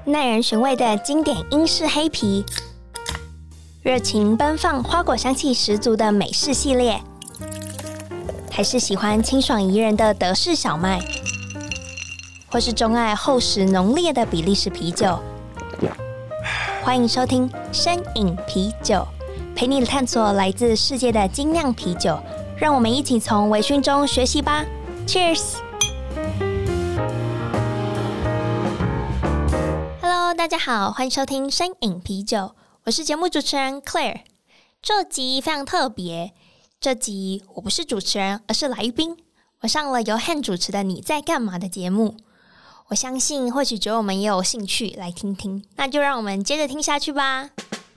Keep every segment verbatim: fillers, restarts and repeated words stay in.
耐人寻味的经典英式黑啤，热情奔放、花果香气十足的美式系列，还是喜欢清爽宜人的德式小麦，或是钟爱厚实浓烈的比利时啤酒。欢迎收听深饮啤酒，陪你探索来自世界的精酿啤酒，让我们一起从微醺中学习吧。Cheers！Hello， 大家好，欢迎收听深饮啤酒，我是节目主持人 Claire。这集非常特别，这集我不是主持人，而是来宾。我上了由 Han 主持的《你在干嘛》的节目。我相信或许酒友们也有兴趣来听听，那就让我们接着听下去吧。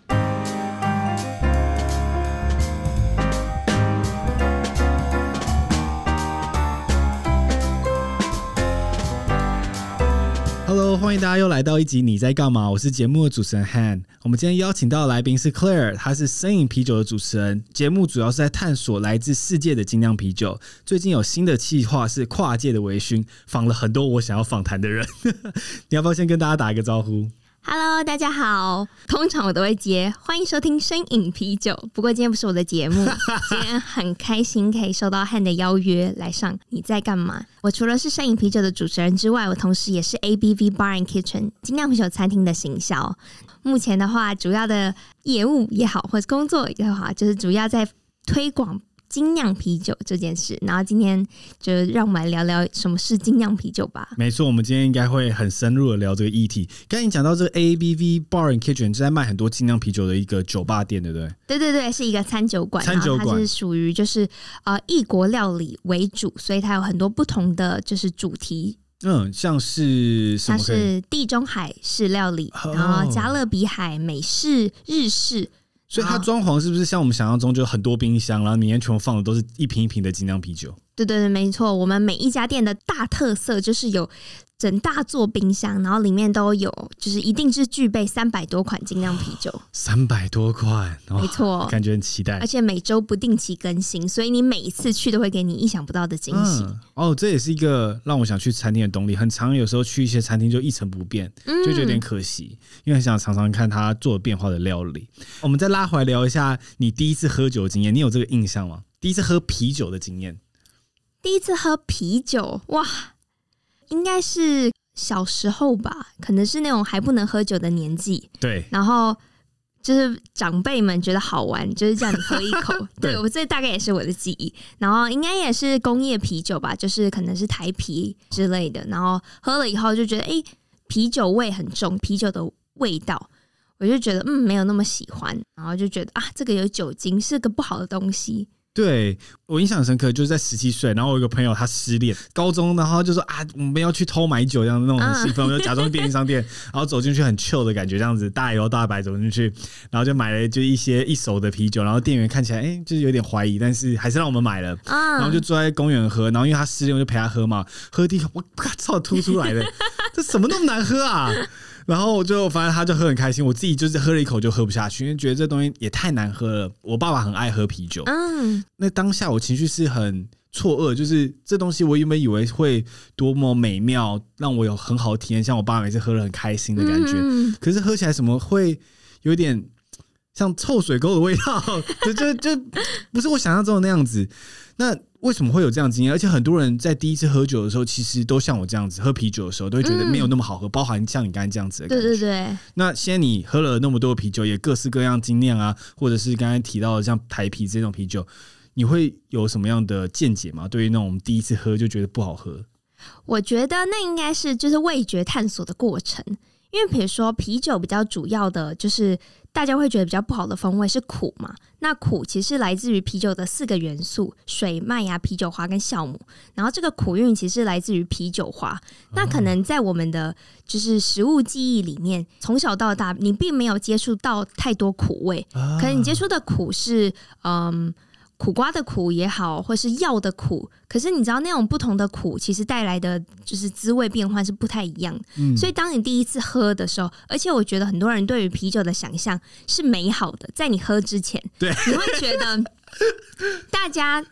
Hello， 欢迎大家又来到一集你在干嘛？我是节目的主持人 Han。我们今天邀请到的来宾是 Claire， 她是深饮啤酒的主持人。节目主要是在探索来自世界的精酿啤酒。最近有新的企划是跨界的微醺，访了很多我想要访谈的人。你要不要先跟大家打一个招呼 ？Hello， 大家好。通常我都会接欢迎收听深饮啤酒，不过今天不是我的节目。今天很开心可以收到 Han 的邀约来上你在干嘛。我除了是深饮啤酒的主持人之外，我同时也是 A B V Bar and Kitchen 精酿啤酒餐厅的行销。目前的话，主要的业务也好，或者工作也好，就是主要在推广精酿啤酒这件事，然后今天就让我们来聊聊什么是精酿啤酒吧。 没错，我们今天应该会很深入的聊这个议题。刚才你讲到这个 A B V Bar and Kitchen 是在卖很多精酿啤酒的一个酒吧店，对不对？ 对对对，是一个餐酒馆， 餐酒馆它是属于就是呃异国料理为主，所以它有很多不同的就是主题。 嗯，像是什么？ 像是地中海式料理，哦、然后加勒比海、美式、日式。 所以它装潢是不是像我们想象中就很多冰箱，然后里面全部放的都是一瓶一瓶的精酿啤酒？ 对对对，没错。我们每一家店的大特色就是有整大座冰箱，然后里面都有，就是一定是具备三百多款精酿啤酒。 三百多款，哦、 没错， 感觉很期待。 而且每周不定期更新，所以你每一次去都会给你意想不到的惊喜。 嗯、哦，这也是一个让我想去餐厅的动力。很常有时候去一些餐厅就一成不变，就觉得有点可惜，因为很想常常看他做变化的料理。我们再拉回来聊一下你第一次喝酒的经验，你有这个印象吗？第一次喝啤酒的经验？ 第一次喝啤酒，哇，应该是小时候吧，可能是那种还不能喝酒的年纪。 对， 然后就是长辈们觉得好玩，就是叫你喝一口。对，我这大概也是我的记忆。然后应该也是工业啤酒吧，就是可能是台啤之类的。然后喝了以后就觉得，哎、欸，啤酒味很重，啤酒的味道，我就觉得嗯没有那么喜欢。然后就觉得啊，这个有酒精，是个不好的东西。 对，我印象很深刻，就是在十七岁，然后我有一个朋友他失恋，高中，然后就说啊，我们要去偷买酒，这样那种很兴奋，我就假装去便利商店，然后走进去很 chill 的感觉，这样子大摇大摆走进去，然后就买了就一些一手的啤酒，然后店员看起来哎、欸、就是有点怀疑，但是还是让我们买了，然后就坐在公园喝，然后因为他失恋，我就陪他喝嘛，喝第一口我操吐出来的，这什么那么难喝啊！然后我就反正他就喝很开心，我自己就是喝了一口就喝不下去，因为觉得这东西也太难喝了。我爸爸很爱喝啤酒，嗯，那当下我情绪是很错愕，就是这东西我原本以为会多么美妙，让我有很好的体验，像我爸爸每次喝了很开心的感觉，嗯、可是喝起来什么会有点像臭水沟的味道，就就就不是我想象中的那样子。那为什么会有这样的经验？而且很多人在第一次喝酒的时候，其实都像我这样子，喝啤酒的时候都会觉得没有那么好喝，嗯、包含像你刚才这样子的感觉。 对对对。 那现在你喝了那么多啤酒，也各式各样精酿啊，或者是刚才提到的像台啤这种啤酒，你会有什么样的见解吗？对于那种第一次喝就觉得不好喝， 我觉得那应该是就是味觉探索的过程。因为比如说啤酒比较主要的就是大家会觉得比较不好的风味是苦嘛，那苦其实来自于啤酒的四个元素：水、麦芽、啤酒花跟酵母。然后这个苦韵其实来自于啤酒花。那可能在我们的就是食物记忆里面，从小到大你并没有接触到太多苦味，可能你接触的苦是嗯。苦瓜的苦也好，或是药的苦，可是你知道那种不同的苦其实带来的就是滋味变换是不太一样的、嗯、所以当你第一次喝的时候，而且我觉得很多人对于啤酒的想象是美好的，在你喝之前， 对， 你会觉得大家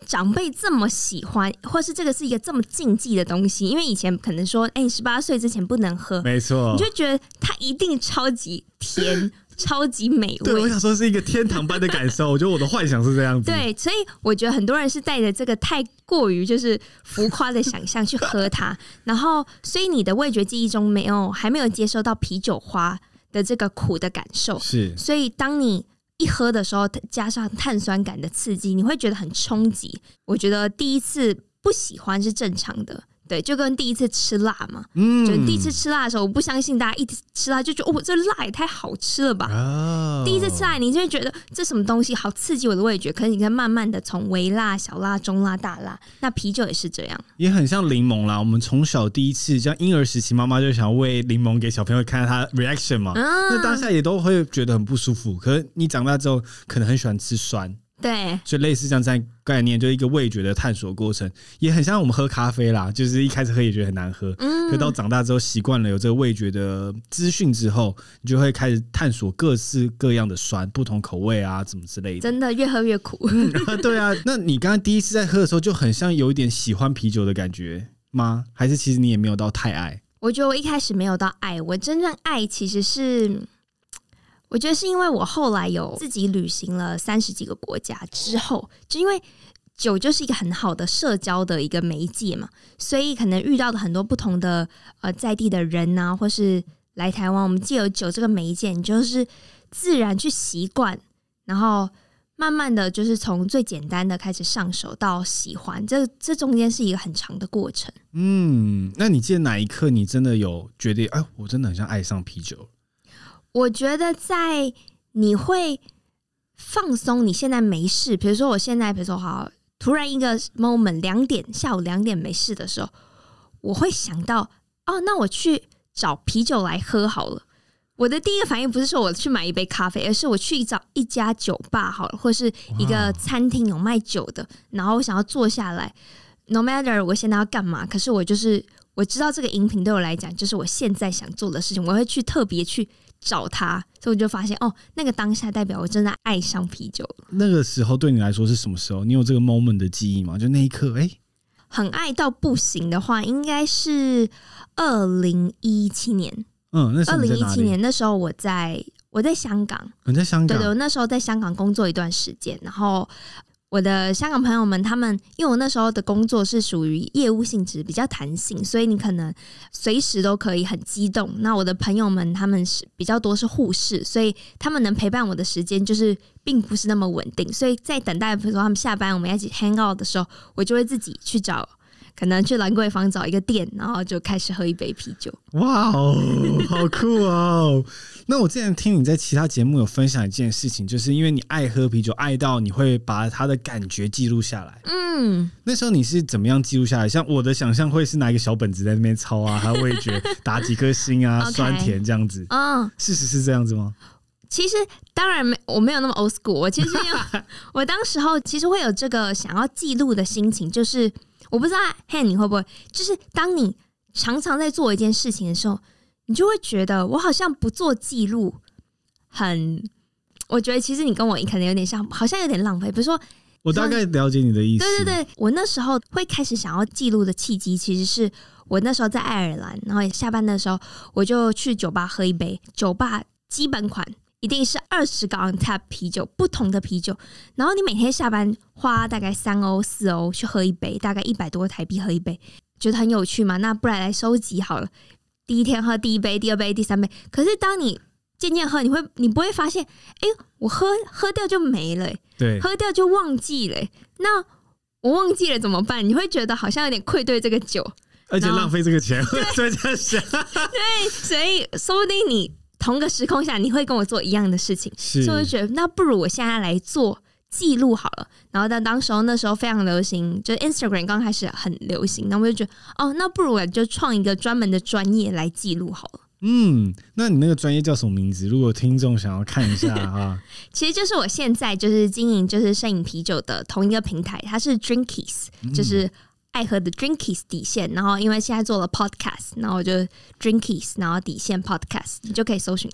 长辈这么喜欢，或是这个是一个这么禁忌的东西，因为以前可能说，哎、欸，你十八岁之前不能喝， 没错， 你就觉得它一定超级甜。超级美味， 对，我想说是一个天堂般的感受。我觉得我的幻想是这样子， 对，所以我觉得很多人是带着这个太过于就是浮夸的想象去喝它，然后所以你的味觉记忆中没有还没有接收到啤酒花的这个苦的感受， 是， 所以当你一喝的时候，加上碳酸感的刺激，你会觉得很冲击。我觉得第一次不喜欢是正常的。对，就跟第一次吃辣嘛，嗯，就第一次吃辣的时候，我不相信大家一吃辣就觉得哦，这辣也太好吃了吧。哦、第一次吃辣，你就会觉得这什么东西好刺激我的味觉。可是你看，慢慢的从微辣、小辣、中辣、大辣，那啤酒也是这样， 也很像柠檬啦。我们从小第一次，像婴儿时期，妈妈就想要喂柠檬给小朋友看他 reaction 嘛，嗯、那当下也都会觉得很不舒服。可是你长大之后，可能很喜欢吃酸。 对， 所以类似这样这样概念，就是一个味觉的探索过程，也很像我们喝咖啡啦。就是一开始喝也觉得很难喝，嗯，可到长大之后习惯了有这个味觉的资讯之后，你就会开始探索各式各样的酸，不同口味啊，怎么之类的。 真的越喝越苦。 嗯、对啊，那你刚刚第一次在喝的时候，就很像有一点喜欢啤酒的感觉吗？还是其实你也没有到太爱？ 我觉得我一开始没有到爱，我真正爱其实是。我觉得是因为我后来有自己旅行了三十几个国家之后，就因为酒就是一个很好的社交的一个媒介嘛，所以可能遇到的很多不同的呃在地的人啊，或是来台湾，我们藉由酒这个媒介，你就是自然去习惯，然后慢慢的就是从最简单的开始上手到喜欢，这这中间是一个很长的过程。 嗯，那你记得哪一刻你真的有觉得，哎，我真的很像爱上啤酒？ 我觉得在你会放松，你现在没事，比如说我现在，比如说好，突然一个 moment 两点下午两点没事的时候，我会想到哦，那我去找啤酒来喝好了。我的第一个反应不是说我去买一杯咖啡，而是我去找一家酒吧好了，或是一个餐厅有卖酒的，然后我想要坐下来 ，no matter 我现在要干嘛，可是我就是我知道这个饮品对我来讲就是我现在想做的事情，我会去特别去。找他，所以我就发现哦，那个当下代表我真的爱上啤酒了。 那个时候对你来说是什么时候？你有这个 moment 的记忆吗？就那一刻，哎、欸， 很爱到不行的话，应该是二零一七年。 嗯，那时候二零一七年那时候我在我在香港， 你在香港？ 对对，我那时候在香港工作一段时间，然后。我的香港朋友们，他们因为我那时候的工作是属于业务性质，比较弹性，所以你可能随时都可以很激动。那我的朋友们，他们是比较多是护士，所以他们能陪伴我的时间就是并不是那么稳定。所以在等待，比如说他们下班，我们一起 hang out 的时候，我就会自己去找。可能去兰桂坊找一个店，然后就开始喝一杯啤酒。 哇哦，好酷哦！那我之前听你在其他节目有分享一件事情，就是因为你爱喝啤酒，爱到你会把它的感觉记录下来。嗯，那时候你是怎么样记录下来？像我的想象会是拿一个小本子在那边抄啊，还有味觉打几颗星啊， okay, 酸甜这样子。嗯，事实是这样子吗？ 其实当然没，我没有那么 old school。我其实我当时候其实会有这个想要记录的心情，就是我不知道 Hen 你会不会，就是当你常常在做一件事情的时候，你就会觉得我好像不做记录，很，我觉得其实你跟我可能有点像，好像有点浪费。比如说， 我大概了解你的意思。 对对对，我那时候会开始想要记录的契机，其实是我那时候在爱尔兰，然后下班的时候我就去酒吧喝一杯，酒吧基本款。一定是二十个 on tap 啤酒，不同的啤酒，然后你每天下班花大概三欧四欧去喝一杯，大概一百多台币喝一杯，觉得很有趣嘛？那不然来收集好了。第一天喝第一杯，第二杯，第三杯，可是当你渐渐喝，你会你不会发现，哎、欸，我喝喝掉就没了、欸， 对， 喝掉就忘记了、欸。那我忘记了怎么办？你会觉得好像有点愧对这个酒， 而且浪费这个钱，会这样想。 对，所以说不定你。同个时空下，你会跟我做一样的事情，所以我就觉得那不如我现在来做记录好了。然后在当时候那时候非常流行，就是 Instagram 刚开始很流行，那我就觉得哦，那不如我就创一个专门的专业来记录好了。 嗯，那你那个专业叫什么名字？如果听众想要看一下哈， 其实就是我现在就是经营就是摄影啤酒的同一个平台，它是 Drinkies，、嗯、就是爱喝的 Drinkies 底线，然后因为现在做了 podcast， 然后我就 Drinkies， 然后底线 podcast， 你就可以搜寻到了。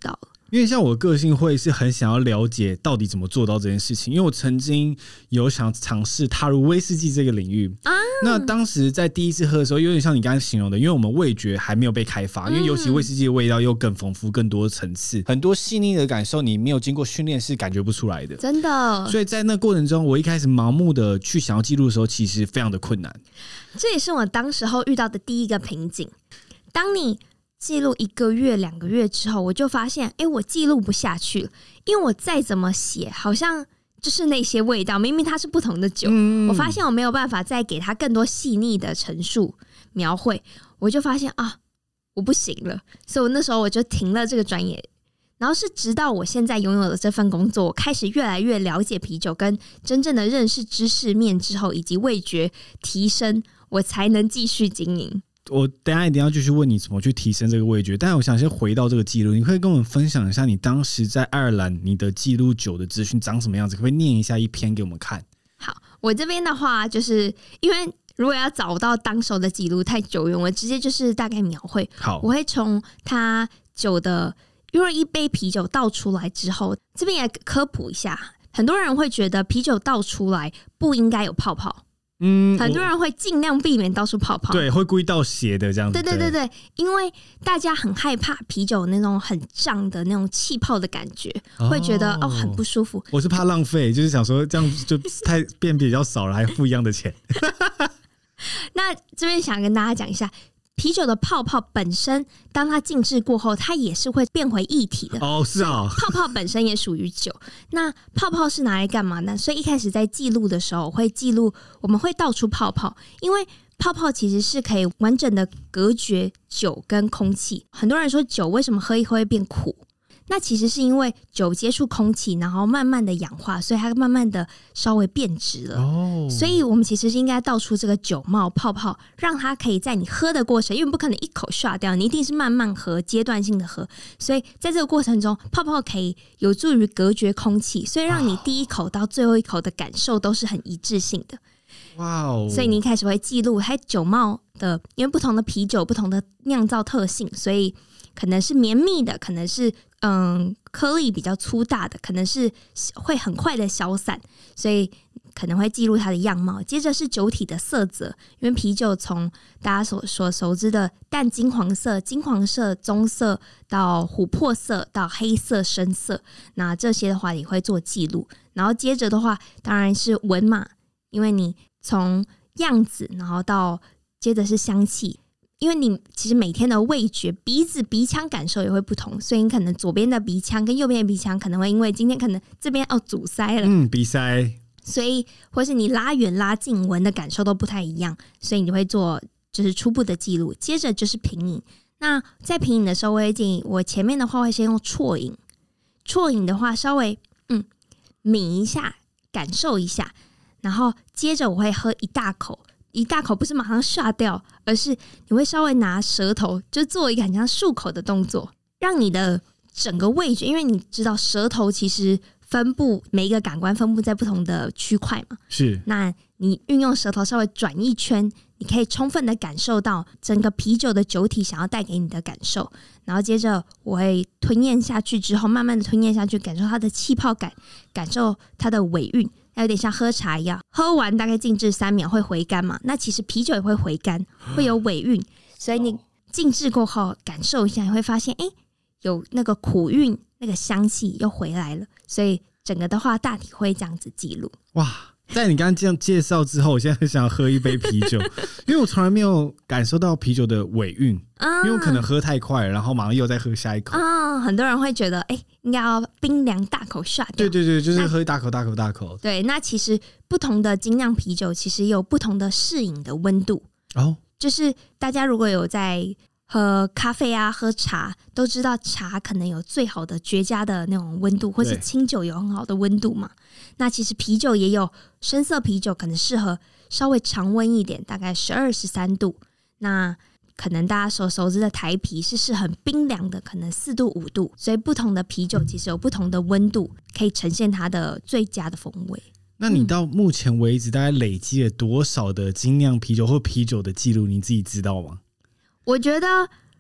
因为像我的个性会是很想要了解到底怎么做到这件事情，因为我曾经有想尝试踏入威士忌这个领域啊。那当时在第一次喝的时候，有点像你刚才形容的，因为我们味觉还没有被开发，因为尤其威士忌的味道又更丰富、更多层次，很多细腻的感受你没有经过训练是感觉不出来的， 真的。 所以在那过程中，我一开始盲目的去想要记录的时候，其实非常的困难。 这也是我当时候遇到的第一个瓶颈。当你记录一个月、两个月之后，我就发现，哎，我记录不下去了，因为我再怎么写，好像就是那些味道，明明它是不同的酒，嗯、我发现我没有办法再给它更多细腻的陈述描绘，我就发现啊，我不行了，所以我那时候我就停了这个专业。然后是直到我现在拥有了这份工作，我开始越来越了解啤酒，跟真正的认识知识面之后，以及味觉提升，我才能继续经营。 我等一下一定要继续问你怎么去提升这个味觉，但我想先回到这个记录，你可以跟我们分享一下你当时在爱尔兰你的记录酒的资讯长什么样子，可不可以念一下一篇给我们看？ 好，我这边的话，就是因为如果要找到当时的记录太久远，我直接就是大概描绘。 好， 我会从它酒的，因为一杯啤酒倒出来之后，这边也科普一下，很多人会觉得啤酒倒出来不应该有泡泡。嗯，很多人会尽量避免倒出泡泡， 对，会故意倒斜的这样子。 对对对对，因为大家很害怕啤酒那种很胀的那种气泡的感觉，哦、会觉得哦很不舒服。 我是怕浪费，就是想说这样就太变比较少了，还付一样的钱。 那这边想跟大家讲一下。啤酒的泡泡本身，当它静置过后，它也是会变回液体的。 哦，是啊， 泡泡本身也属于酒。那泡泡是拿来干嘛呢？所以一开始在记录的时候，会记录我们会倒出泡泡，因为泡泡其实是可以完整的隔绝酒跟空气。很多人说酒为什么喝一喝会变苦？那其实是因为酒接触空气，然后慢慢的氧化，所以它慢慢的稍微变质了。哦，所以我们其实是应该倒出这个酒帽泡泡，让它可以在你喝的过程，因为不可能一口刷掉，你一定是慢慢喝，阶段性的喝。所以在这个过程中，泡泡可以有助于隔绝空气，所以让你第一口到最后一口的感受都是很一致性的。哇哦！所以你一开始会记录它酒帽的，因为不同的啤酒、不同的酿造特性，所以可能是绵密的，可能是嗯颗粒比较粗大的，可能是会很快的消散，所以可能会记录它的样貌。接着是酒体的色泽，因为啤酒从大家所所熟知的淡金黄色、金黄色、棕色到琥珀色到黑色、深色，那这些的话也会做记录。然后接着的话，当然是闻嘛，因为你从样子，然后到接着是香气。因为你其实每天的味觉、鼻子、鼻腔感受也会不同，所以你可能左边的鼻腔跟右边的鼻腔可能会因为今天可能这边哦阻塞了，嗯， 鼻塞， 所以或是你拉远、拉近闻的感受都不太一样，所以你会做就是初步的记录。接着就是品饮，那在品饮的时候，我会建议我前面的话会先用啜饮，啜饮的话稍微嗯抿一下，感受一下，然后接着我会喝一大口。一大口不是马上下掉，而是你会稍微拿舌头就做一个很像漱口的动作，让你的整个味觉，因为你知道舌头其实分布每一个感官分布在不同的区块嘛， 是。 那你运用舌头稍微转一圈，你可以充分的感受到整个啤酒的酒体想要带给你的感受。然后接着我会吞咽下去之后，慢慢的吞咽下去，感受它的气泡感，感受它的尾韵。有点像喝茶一样，喝完大概静置三秒会回甘嘛，那其实啤酒也会回甘，会有尾韵，所以你静置过后感受一下，你会发现哎、欸，有那个苦韵，那个香气又回来了，所以整个的话大体会这样子记录。 哇！在你刚刚这样介绍之后，我现在很想喝一杯啤酒，因为我从来没有感受到啤酒的尾韵，啊、因为我可能喝太快了，然后马上又再喝下一口。 啊，很多人会觉得，哎、欸，应该要冰凉大口下掉。 对对对，就是喝一大口大口大口。 对，那其实不同的精酿啤酒其实有不同的适饮的温度。哦，就是大家如果有在喝咖啡啊、喝茶，都知道茶可能有最好的绝佳的那种温度，或是清酒有很好的温度嘛。那其实啤酒也有深色啤酒，可能适合稍微常温一点，大概十二、十三度。那可能大家所熟知的台啤是适合冰凉的，可能四度、五度。所以不同的啤酒其实有不同的温度，可以呈现它的最佳的风味。 那你到目前为止大概累积了多少的精酿啤酒或啤酒的记录？你自己知道吗？ 我觉得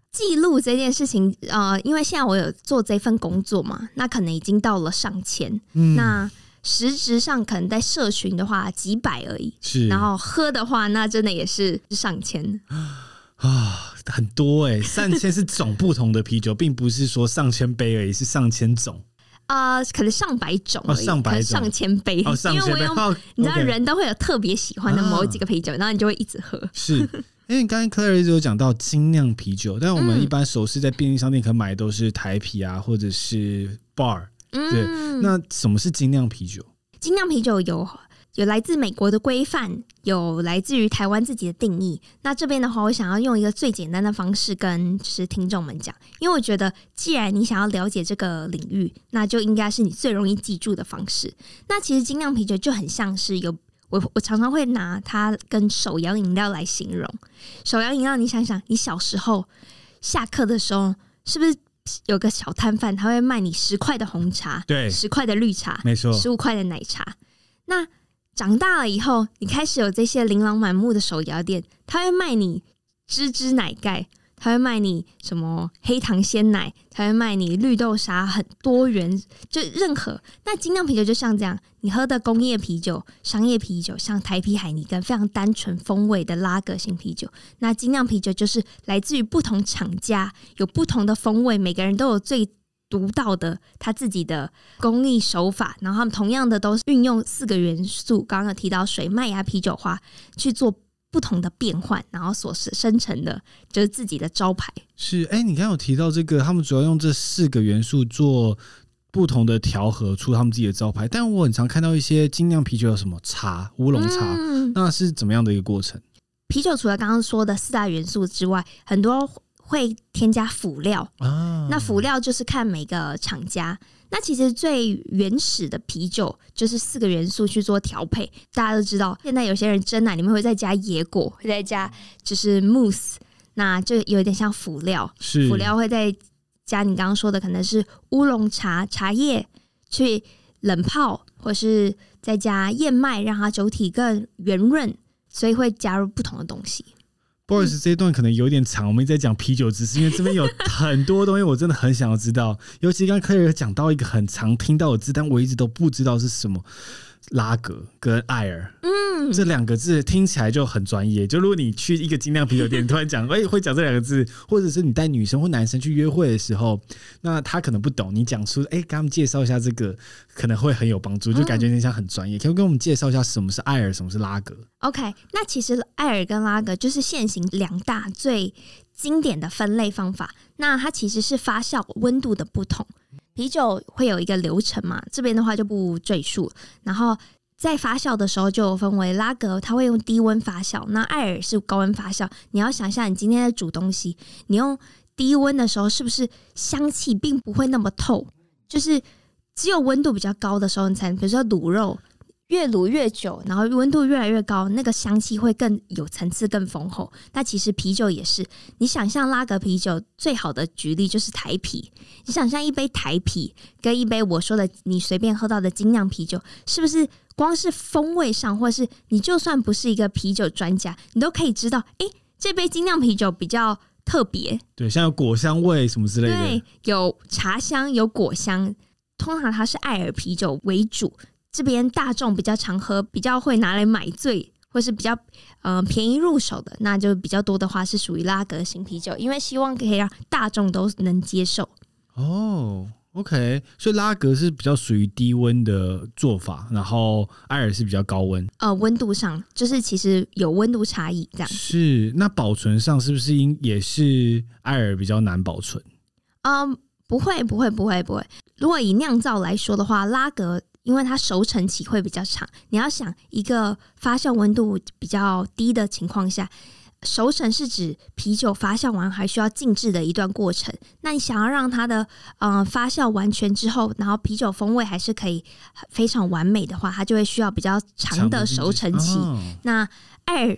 记录这件事情，呃，因为现在我有做这份工作嘛，那可能已经到了上千，嗯、那实质上可能在社群的话几百而已， 是， 然后喝的话，那真的也是上千啊，很多哎、欸，上千是种不同的啤酒，并不是说上千杯而已，是上千种。 呃，可能上百种而已， 哦、上百种， 上千杯， 哦、上千杯， 因为我用、哦、你知道人都会有特别喜欢的某几个啤酒，啊、然后你就会一直喝。 是，因为刚才 Claire 有讲到精酿啤酒，但我们一般熟识在便利商店可能买的都是台啤啊，或者是 bar。对，嗯、那什么是精酿啤酒？ 精酿啤酒有有来自美国的规范，有来自于台湾自己的定义。那这边的话，我想要用一个最简单的方式跟就是听众们讲，因为我觉得既然你想要了解这个领域，那就应该是你最容易记住的方式。那其实精酿啤酒就很像是有我我常常会拿它跟手摇饮料来形容。手摇饮料，你想想，你小时候下课的时候，是不是有个小摊贩，他会卖你十块的红茶， 对， 十块的绿茶， 没错， 十五块的奶茶。那长大了以后，你开始有这些琳琅满目的手摇店，他会卖你芝芝奶盖，他会卖你什么黑糖鲜奶，他会卖你绿豆沙，很多元，就任何。那精酿啤酒就像这样，你喝的工业啤酒、商业啤酒，像台啤、海尼根，非常单纯风味的拉格型啤酒。那精酿啤酒就是来自于不同厂家，有不同的风味，每个人都有最独到的他自己的工艺手法，然后他们同样的都是运用四个元素，刚刚有提到水、麦芽、啤酒花去做不同的变换，然后所生成的就是自己的招牌。 是，哎、欸，你刚刚有提到这个，他们主要用这四个元素做不同的调和，出他们自己的招牌。但我很常看到一些精酿啤酒有什么茶、乌龙茶、嗯，那是怎么样的一个过程？ 啤酒除了刚刚说的四大元素之外，很多会添加辅料、啊、那辅料就是看每个厂家。那其实最原始的啤酒就是四个元素去做调配。大家都知道，现在有些人蒸奶里面会再加野果，会再加就是 mousse， 那就有点像辅料。辅料会再加你刚刚说的，可能是乌龙茶茶叶去冷泡，或是再加燕麦，让它酒体更圆润，所以会加入不同的东西。 不好意思，这一段可能有点长，我们一直在讲啤酒知识，因为这边有很多东西我真的很想要知道。尤其刚刚Claire讲到一个很常听到的字，但我一直都不知道是什么，拉格跟艾尔。嗯，这两个字听起来就很专业。就如果你去一个精酿啤酒店，你突然讲，哎、欸，会讲这两个字，或者是你带女生或男生去约会的时候，那他可能不懂，你讲出，哎、欸，给他们介绍一下这个，可能会很有帮助，就感觉你像很专业。可以跟我们介绍一下什么是艾尔，什么是拉格 ？OK， 那其实艾尔跟拉格就是现行两大最经典的分类方法。那它其实是发酵温度的不同。啤酒会有一个流程嘛，这边的话就不赘述。然后在发酵的时候就分为拉格，它会用低温发酵，那艾尔是高温发酵。你要想象你今天在煮东西，你用低温的时候，是不是香气并不会那么透？就是只有温度比较高的时候，你才，比如说卤肉，越卤越久，然后温度越来越高，那个香气会更有层次、更丰厚。那其实啤酒也是，你想象拉格啤酒最好的举例就是台啤。你想象一杯台啤跟一杯我说的你随便喝到的精酿啤酒，是不是光是风味上，或是你就算不是一个啤酒专家，你都可以知道，哎、欸，这杯精酿啤酒比较特别。 对，像有果香味什么之类的。 对，有茶香，有果香。通常它是艾尔啤酒为主。这边大众比较常喝，比较会拿来买醉，或是比较、呃、便宜入手的，那就比较多的话是属于拉格型啤酒，因为希望可以让大众都能接受。 哦 ，OK， 所以拉格是比较属于低温的做法，然后艾尔是比较高温。 呃，温度上就是其实有温度差异这样。 是，那保存上是不是也是艾尔比较难保存？ 嗯，不会，不会，不会，不会。如果以酿造来说的话，拉格因为它熟成期会比较长，你要想一个发酵温度比较低的情况下，熟成是指啤酒发酵完还需要静置的一段过程。那你想要让它的、呃、发酵完全之后，然后啤酒风味还是可以非常完美的话，它就会需要比较长的熟成期。哦、那艾尔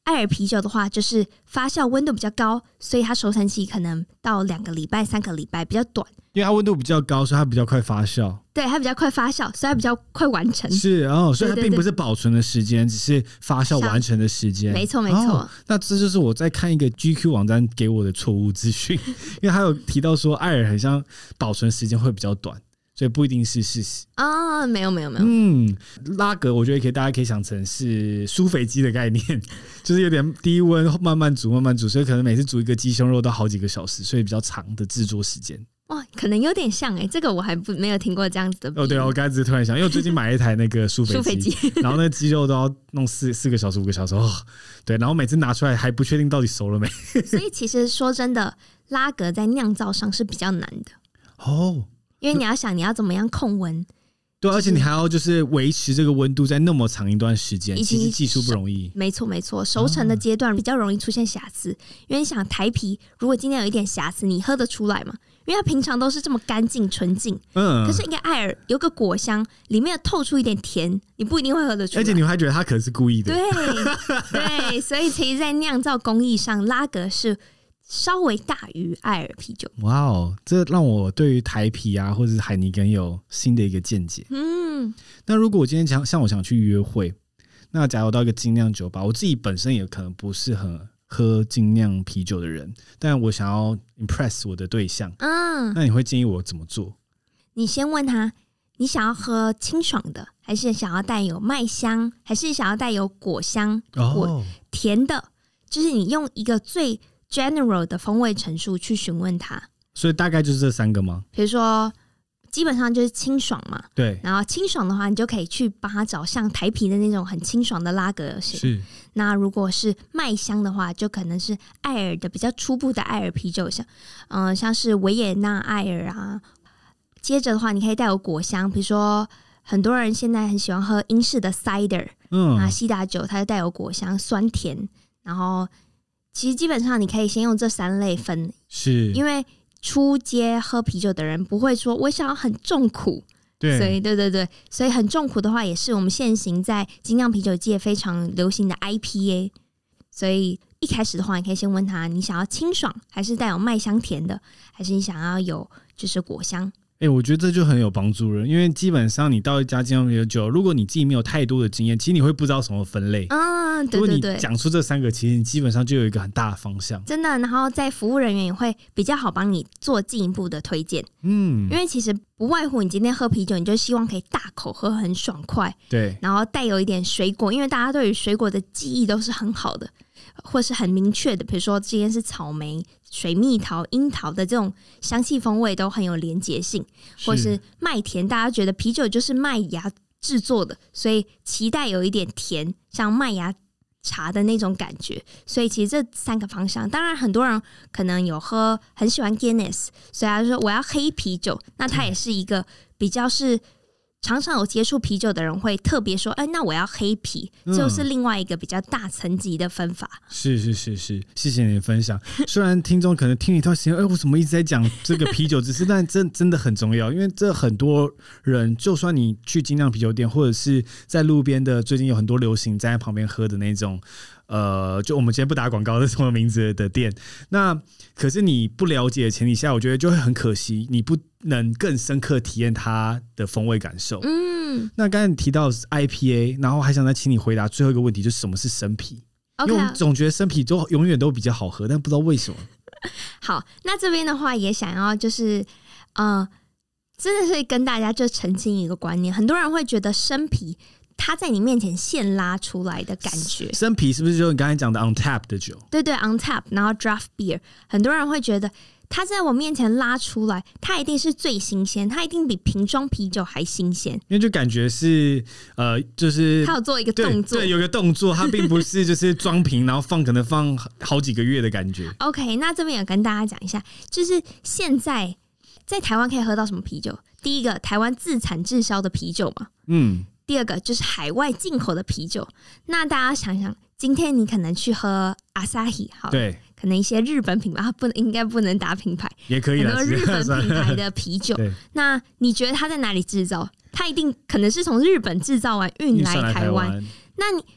艾尔啤酒的话，就是发酵温度比较高，所以它熟成期可能到两个礼拜、三个礼拜比较短。 因为它温度比较高，所以它比较快发酵。 对，它比较快发酵，所以它比较快完成。 是哦，所以它对对对并不是保存的时间，只是发酵完成的时间。 没错，没错、 哦。那这就是我在看一个 G Q 网站给我的错误资讯，因为他有提到说艾尔很像保存时间会比较短。所以不一定是事实啊、哦，没有没有没有。 嗯，拉格我觉得可以，大家可以想成是舒肥鸡的概念，就是有点低温慢慢煮慢慢煮，所以可能每次煮一个鸡胸肉都好几个小时，所以比较长的制作时间。 哇，可能有点像哎、欸，这个我还不没有听过这样子的。 哦，对，我刚才只是突然想，因为我最近买了一台那个舒肥鸡，然后那个鸡肉都要弄四四个小时、五个小时哦。对，然后每次拿出来还不确定到底熟了没。 所以其实说真的，拉格在酿造上是比较难的哦。 因为你要想你要怎么样控温， 对，而且你还要就是维持这个温度在那么长一段时间，其实技术不容易。 没错没错，熟成的阶段比较容易出现瑕疵，因为你想台啤如果今天有一点瑕疵，你喝得出来吗？因为它平常都是这么干净纯净，嗯，可是一个艾尔有个果香，里面透出一点甜，你不一定会喝得出来， 而且你还觉得它可能是故意的。 对对，所以其实，在酿造工艺上，拉格是稍微大于艾尔啤酒。 哇哦，这让我对于台啤啊或者是海尼根有新的一个见解。 嗯， 那如果我今天想像我想去约会，那假如到一个精酿酒吧，我自己本身也可能不是很喝精酿啤酒的人，但我想要 impress 我的对象，嗯，那你会建议我怎么做？ 你先问他，你想要喝清爽的，还是想要带有麦香，还是想要带有果香、果甜的？就是你用一个最general 的风味陈述去询问他， 所以大概就是这三个吗？ 比如说，基本上就是清爽嘛， 对。 然后清爽的话，你就可以去帮他找像台啤的那种很清爽的拉格型。 是。 那如果是麦香的话，就可能是艾尔的比较初步的艾尔啤酒，像嗯、呃，像是维也纳艾尔啊。接着的话，你可以带有果香，比如说很多人现在很喜欢喝英式的 cider， 嗯，啊，西打酒它就带有果香，酸甜，然后。其实基本上你可以先用这三类分， 是因为初阶喝啤酒的人不会说我想要很重苦， 对， 所以对对对，所以很重苦的话也是我们现行在精酿啤酒界非常流行的 I P A。所以一开始的话，你可以先问他，你想要清爽，还是带有麦香甜的，还是你想要有就是果香？ 哎、欸，我觉得这就很有帮助了，因为基本上你到一家精酿啤酒，如果你自己没有太多的经验，其实你会不知道什么分类。 嗯，对对对。 如果你讲出这三个，其实你基本上就有一个很大的方向。 真的，然后在服务人员也会比较好帮你做进一步的推荐。嗯，因为其实不外乎你今天喝啤酒，你就希望可以大口喝，很爽快。 对。 然后带有一点水果，因为大家对于水果的记忆都是很好的。或是很明确的，比如说今天是草莓、水蜜桃、樱桃的这种香气风味都很有连结性，或是麦甜，大家觉得啤酒就是麦芽制作的，所以期待有一点甜，像麦芽茶的那种感觉。所以其实这三个方向，当然很多人可能有喝很喜欢 Guinness， 所以他说我要黑啤酒，那它也是一个比较是。常常有接触啤酒的人会特别说：“哎，那我要黑啤。”这就是另外一个比较大层级的分法。 嗯、是是是是，谢谢你的分享。虽然听众可能听一段时间，哎，我怎么一直在讲这个啤酒知识？但这真的很重要，因为这很多人，就算你去精酿啤酒店，或者是在路边的，最近有很多流行站在旁边喝的那种。呃，就我们今天不打广告的什么名字的店，那可是你不了解的前提下，我觉得就会很可惜，你不能更深刻体验它的风味感受。嗯，那刚才你提到 I P A， 然后还想再请你回答最后一个问题，就是什么是生啤？ Okay. 因为我们总觉得生啤都永远都比较好喝，但不知道为什么。 好，那这边的话也想要就是呃，真的是跟大家就澄清一个观念，很多人会觉得生啤。它在你面前现拉出来的感觉， 生啤是不是就是你刚才讲的 on tap 的酒？ 对对 on tap， 然后 draft beer， 很多人会觉得它在我面前拉出来，它一定是最新鲜，它一定比瓶装啤酒还新鲜， 因为就感觉是呃，就是它有做一个动作， 对，对有个动作，它并不是就是装瓶然后放可能放好几个月的感觉。 OK， 那这边也跟大家讲一下，就是现在在台湾可以喝到什么啤酒？第一个，台湾自产自销的啤酒嘛，嗯。第二个就是海外进口的啤酒。那大家想想，今天你可能去喝 Asahi， 好， 对，可能一些日本品牌，它不能应该不能打品牌， 也可以很多日本品牌的啤酒。那你觉得它在哪里制造？它一定可能是从日本制造完运来台湾。那你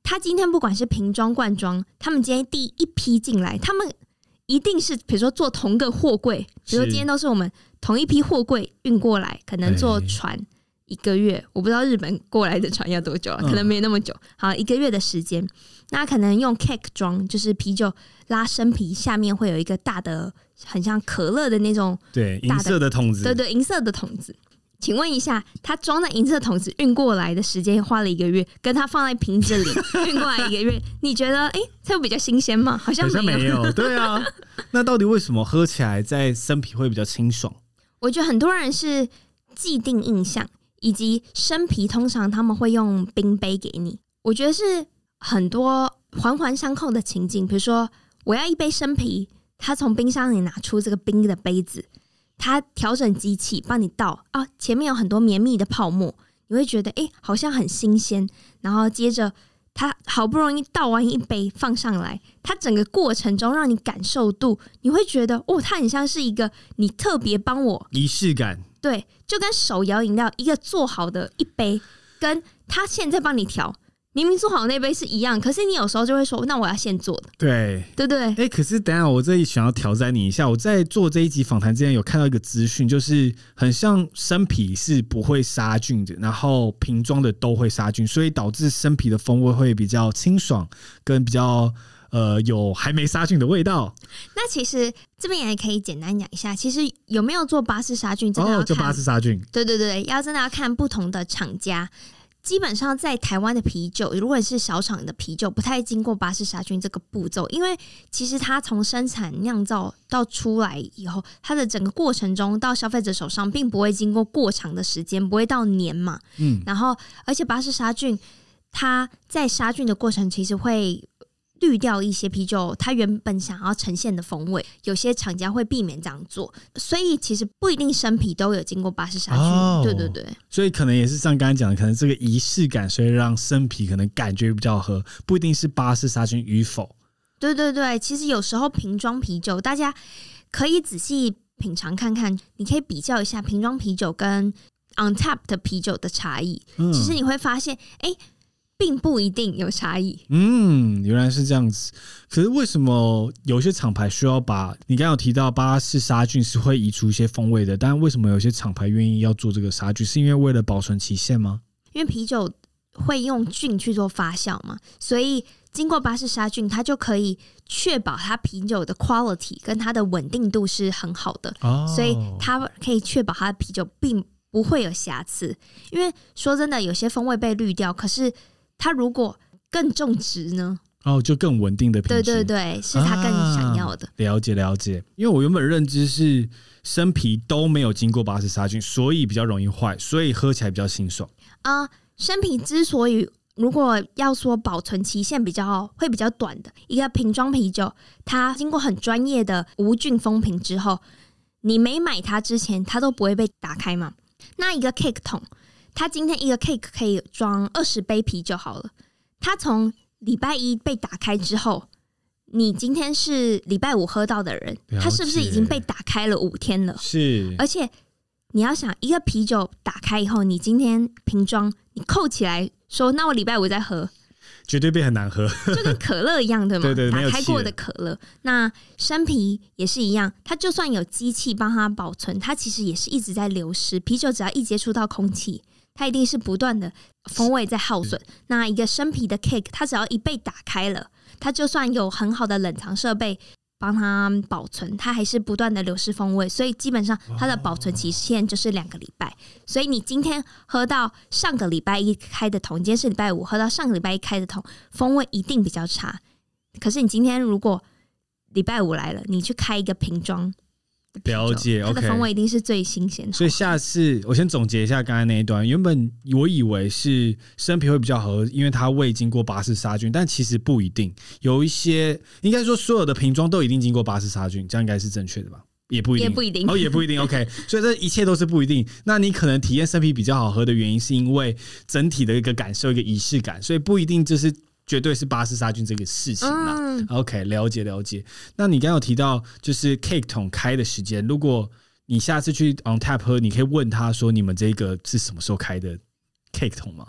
他今天不管是瓶装罐装，他们今天第一批进来，他们一定是比如说坐同个货柜，比如说今天都是我们同一批货柜运过来，可能坐船一个月，我不知道日本过来的船要多久了，可能没那么久。好，一个月的时间，那可能用 keg 装，就是啤酒拉生啤，下面会有一个大的，很像可乐的那种， 对，银色的桶子， 对对，银色的桶子。请问一下，他装在银色桶子运过来的时间花了一个月，跟他放在瓶子里运过来一个月，你觉得哎，这、欸、比较新鲜吗？好像没有， 好像没有，对啊。那到底为什么喝起来在生啤会比较清爽？ 我觉得很多人是既定印象，以及生啤通常他们会用冰杯给你，我觉得是很多环环相扣的情境。比如说，我要一杯生啤，他从冰箱里拿出这个冰的杯子。它调整机器帮你倒啊，前面有很多绵密的泡沫，你会觉得哎、欸，好像很新鲜。然后接着它好不容易倒完一杯放上来，它整个过程中让你感受度，你会觉得哦，它很像是一个你特别帮我仪式感。 对，就跟手摇饮料一个做好的一杯，跟他现在帮你调。明明做好那杯是一样，可是你有时候就会说，那我要现做的， 对对对。 哎、欸，可是等一下我这里想要挑战你一下，我在做这一集访谈之前有看到一个资讯，就是很像生啤是不会杀菌的，然后瓶装的都会杀菌，所以导致生啤的风味会比较清爽，跟比较呃有还没杀菌的味道。 那其实这边也可以简单讲一下，其实有没有做巴氏杀菌，真的要看， 哦，就巴氏杀菌， 对对对，要真的要看不同的厂家。基本上在台湾的啤酒，如果是小厂的啤酒，不太经过巴氏杀菌这个步骤，因为其实它从生产酿造到出来以后，它的整个过程中到消费者手上，并不会经过过长的时间，不会到年嘛。嗯，然后而且巴氏杀菌，它在杀菌的过程其实会滤掉一些啤酒它原本想要呈现的风味，有些厂家会避免这样做，所以其实不一定生啤都有经过巴氏杀菌、哦、对对对， 所以可能也是像刚才讲的，可能这个仪式感，所以让生啤可能感觉比较喝，不一定是巴氏杀菌与否。 对对对，其实有时候瓶装啤酒大家可以仔细品尝看看，你可以比较一下瓶装啤酒跟 on tap 的啤酒的差异、嗯、其实你会发现哎、欸并不一定有差异。 嗯，原来是这样子。可是为什么有些厂牌需要把你刚刚有提到巴氏杀菌是会移除一些风味的，但为什么有些厂牌愿意要做这个杀菌？是因为为了保存期限吗？ 因为啤酒会用菌去做发酵嘛，所以经过巴氏杀菌，它就可以确保它啤酒的 quality 跟它的稳定度是很好的、哦、所以它可以确保它的啤酒并不会有瑕疵。因为说真的，有些风味被滤掉，可是它如果更种植呢？ 哦，就更稳定的品质。 对对对，是它更想要的、啊。 了解了解，因为我原本认知是生啤都没有经过巴氏杀菌，所以比较容易坏，所以喝起来比较清爽。啊、 呃，生啤之所以如果要说保存期限比较会比较短的一个瓶装啤酒，它经过很专业的无菌封瓶之后，你没买它之前，它都不会被打开嘛。那一个 cake 桶。它今天一个 cake 可以装二十杯啤酒好了，它从礼拜一被打开之后，你今天是礼拜五喝到的人，它是不是已经被打开了五天了？ 是， 而且你要想，一个啤酒打开以后，你今天瓶装你扣起来说，那我礼拜五再喝， 绝对变很难喝， 就跟可乐一样，对吗？ 对对， 打开过的可乐。那生啤也是一样，它就算有机器帮它保存，它其实也是一直在流失。啤酒只要一接触到空气，它一定是不断的风味在耗损。那一个生啤的 cake， 它只要一被打开了，它就算有很好的冷藏设备帮它保存，它还是不断的流失风味。所以基本上它的保存期限就是两个礼拜。所以你今天喝到上个礼拜一开的桶，今天是礼拜五喝到上个礼拜一开的桶，风味一定比较差。可是你今天如果礼拜五来了，你去开一个瓶装， 了解， 它的风味一定是最新鲜的。 所以下次我先总结一下刚才那一段。原本我以为是生啤会比较好喝，因为它未经过巴氏杀菌，但其实不一定。有一些应该说所有的瓶装都一定经过巴氏杀菌，这样应该是正确的吧？也不一定， 也不一定， 哦，也不一定。OK， 所以这一切都是不一定。那你可能体验生啤比较好喝的原因，是因为整体的一个感受、一个仪式感，所以不一定就是绝对是巴氏杀菌这个事情啦。嗯、OK， 了解了解。那你刚刚有提到就是 cake 桶开的时间，如果你下次去 on tap 喝，你可以问他说你们这个是什么时候开的 cake 桶吗？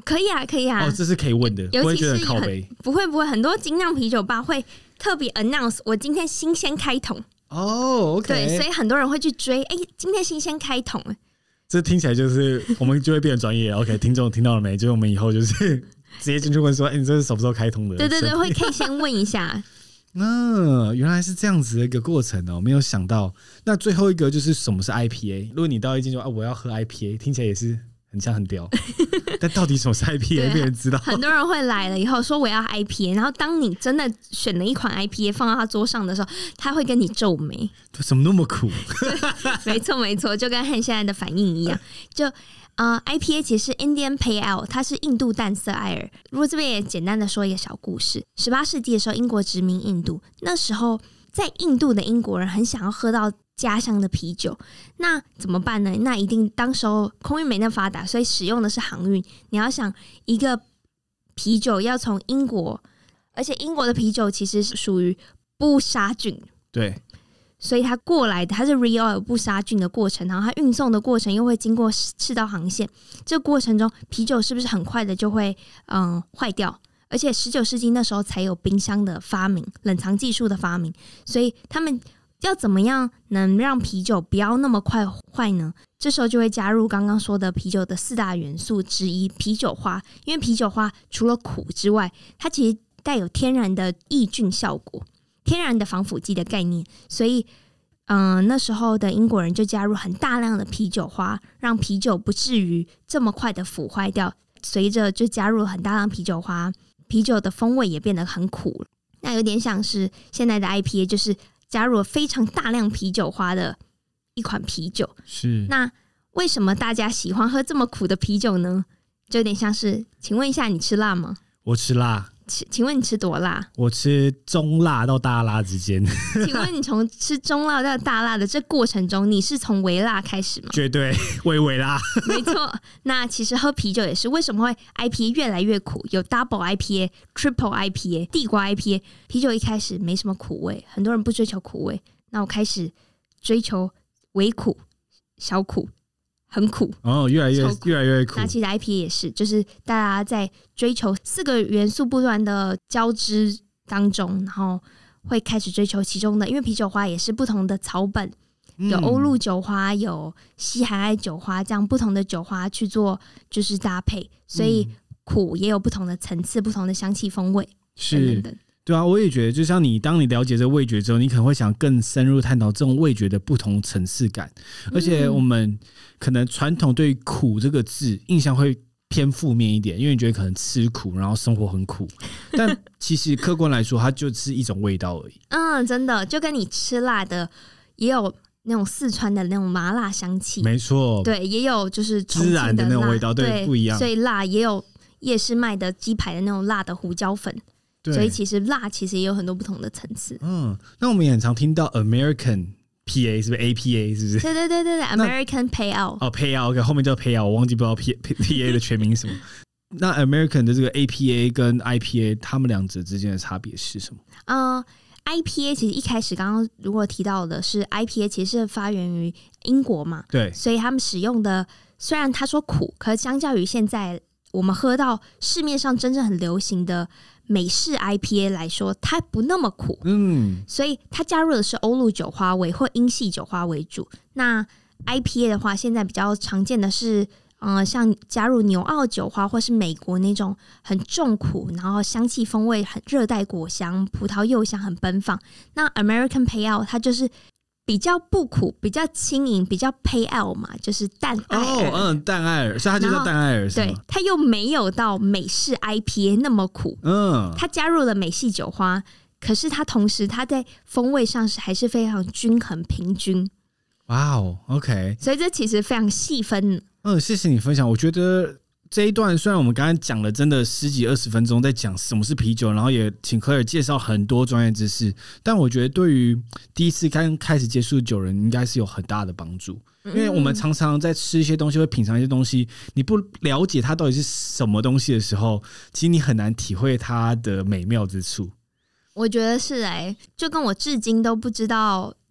可以啊，可以啊。 哦，这是可以问的，不会觉得靠北。 不会不会，很多精酿啤酒吧会特别 announce 我今天新鲜开桶。 哦 ，OK， 对，所以很多人会去追，哎、欸，今天新鲜开桶。 这听起来就是我们就会变得专业。OK， 听众听到了没？就是我们以后就是直接进去问说，哎、欸，你这是什么时候开通的？ 对对对，会可以先问一下。 嗯，原来是这样子的一个过程哦，没有想到。那最后一个就是什么是 I P A？ 如果你到一进就啊，我要喝 I P A， 听起来也是很像很屌，但到底什么是 I P A， 没人知道。 很多人会来了以后说我要 I P A， 然后当你真的选了一款 I P A 放到他桌上的时候，他会跟你皱眉， 怎么那么苦？ 没错没错，就跟汉现在的反应一样。就呃 ，I P A 其实是 Indian Pale Ale， 它是印度淡色艾尔。如果这边也简单的说一个小故事，十八世纪的时候，英国殖民印度，那时候在印度的英国人很想要喝到家乡的啤酒，那怎么办呢？那一定当时候空运没那发达，所以使用的是航运。你要想一个啤酒要从英国，而且英国的啤酒其实是属于不杀菌， 对， 所以它过来的它是 real 不杀菌的过程，然后它运送的过程又会经过赤道航线，这个过程中啤酒是不是很快的就会嗯坏掉？而且十九世纪那时候才有冰箱的发明，冷藏技术的发明，所以他们要怎么样能让啤酒不要那么快坏呢？这时候就会加入刚刚说的啤酒的四大元素之一啤酒花，因为啤酒花除了苦之外，它其实带有天然的抑菌效果，天然的防腐剂的概念，所以嗯、呃，那时候的英国人就加入很大量的啤酒花，让啤酒不至于这么快的腐坏掉。随着就加入很大量啤酒花，啤酒的风味也变得很苦，那有点像是现在的 I P A， 就是加入了非常大量啤酒花的一款啤酒。 是， 那为什么大家喜欢喝这么苦的啤酒呢？就有点像是，请问一下，你吃辣吗？ 我吃辣。 请问你吃多辣？ 我吃中辣到大辣之间。 请问你从吃中辣到大辣的这过程中，你是从微辣开始吗？ 绝对微微辣。 没错。那其实喝啤酒也是，为什么会 I P A 越来越苦？有 Double I P A、Triple I P A、地瓜 I P A。啤酒一开始没什么苦味，很多人不追求苦味，那我开始追求微苦、小苦。很苦哦，越来越越来越苦。 那其实 I P A 也是，就是大家在追求四个元素不断的交织当中，然后会开始追求其中的，因为啤酒花也是不同的草本，有欧陆酒花，有西海岸酒花，这样不同的酒花去做就是搭配，所以苦也有不同的层次、不同的香气风味等等等。 对啊，我也觉得，就像你，当你了解这个味觉之后，你可能会想更深入探讨这种味觉的不同层次感。而且我们可能传统对于苦这个字印象会偏负面一点，因为你觉得可能吃苦，然后生活很苦。但其实客观来说，它就是一种味道而已。 嗯，真的，就跟你吃辣的也有那种四川的那种麻辣香气， 没错， 对，也有就是孜然的那种味道，对， 对， 不一样。 所以辣也有夜市卖的鸡排的那种辣的胡椒粉。所以其实辣其实也有很多不同的层次。嗯， 那我们也很常听到 American P A 是不是 A P A 是不是？ 对对对对对 ，American Pale Ale。 哦 ，Pale Ale， OK， 后面叫 Pale Ale， 我忘记不知道 P P A 的全名是什么。那 American 的这个 A P A 跟 I P A， 他们两者之间的差别是什么？ 呃 ，I P A 其实一开始刚刚如果提到的是 I P A， 其实是发源于英国嘛， 对， 所以他们使用的虽然他说苦，可是相较于现在我们喝到市面上真正很流行的美式 I P A 来说，它不那么苦，嗯，所以它加入的是欧陆酒花为或英系酒花为主。那 I P A 的话，现在比较常见的是，呃，像加入纽澳酒花或是美国那种很重苦，然后香气风味很热带果香、葡萄柚香很奔放。那 American Pale Ale 它就是比较不苦，比较轻盈，比较 pale 嘛，就是淡艾尔。 哦，嗯，淡艾尔，所以它就叫淡艾尔，是吗？ 对，它又没有到美式 I P A 那么苦。嗯，它加入了美系酒花，可是它同时它在风味上是还是非常均衡平均。 哇哦 ，OK， 所以这其实非常细分。 嗯，谢谢你分享。我觉得这一段虽然我们刚才讲了真的十几二十分钟在讲什么是啤酒，然后也请科尔介绍很多专业知识，但我觉得对于第一次刚开始接触酒人应该是有很大的帮助，因为我们常常在吃一些东西会品尝一些东西，你不了解它到底是什么东西的时候，其实你很难体会它的美妙之处。 我觉得是哎、欸，就跟我至今都不知道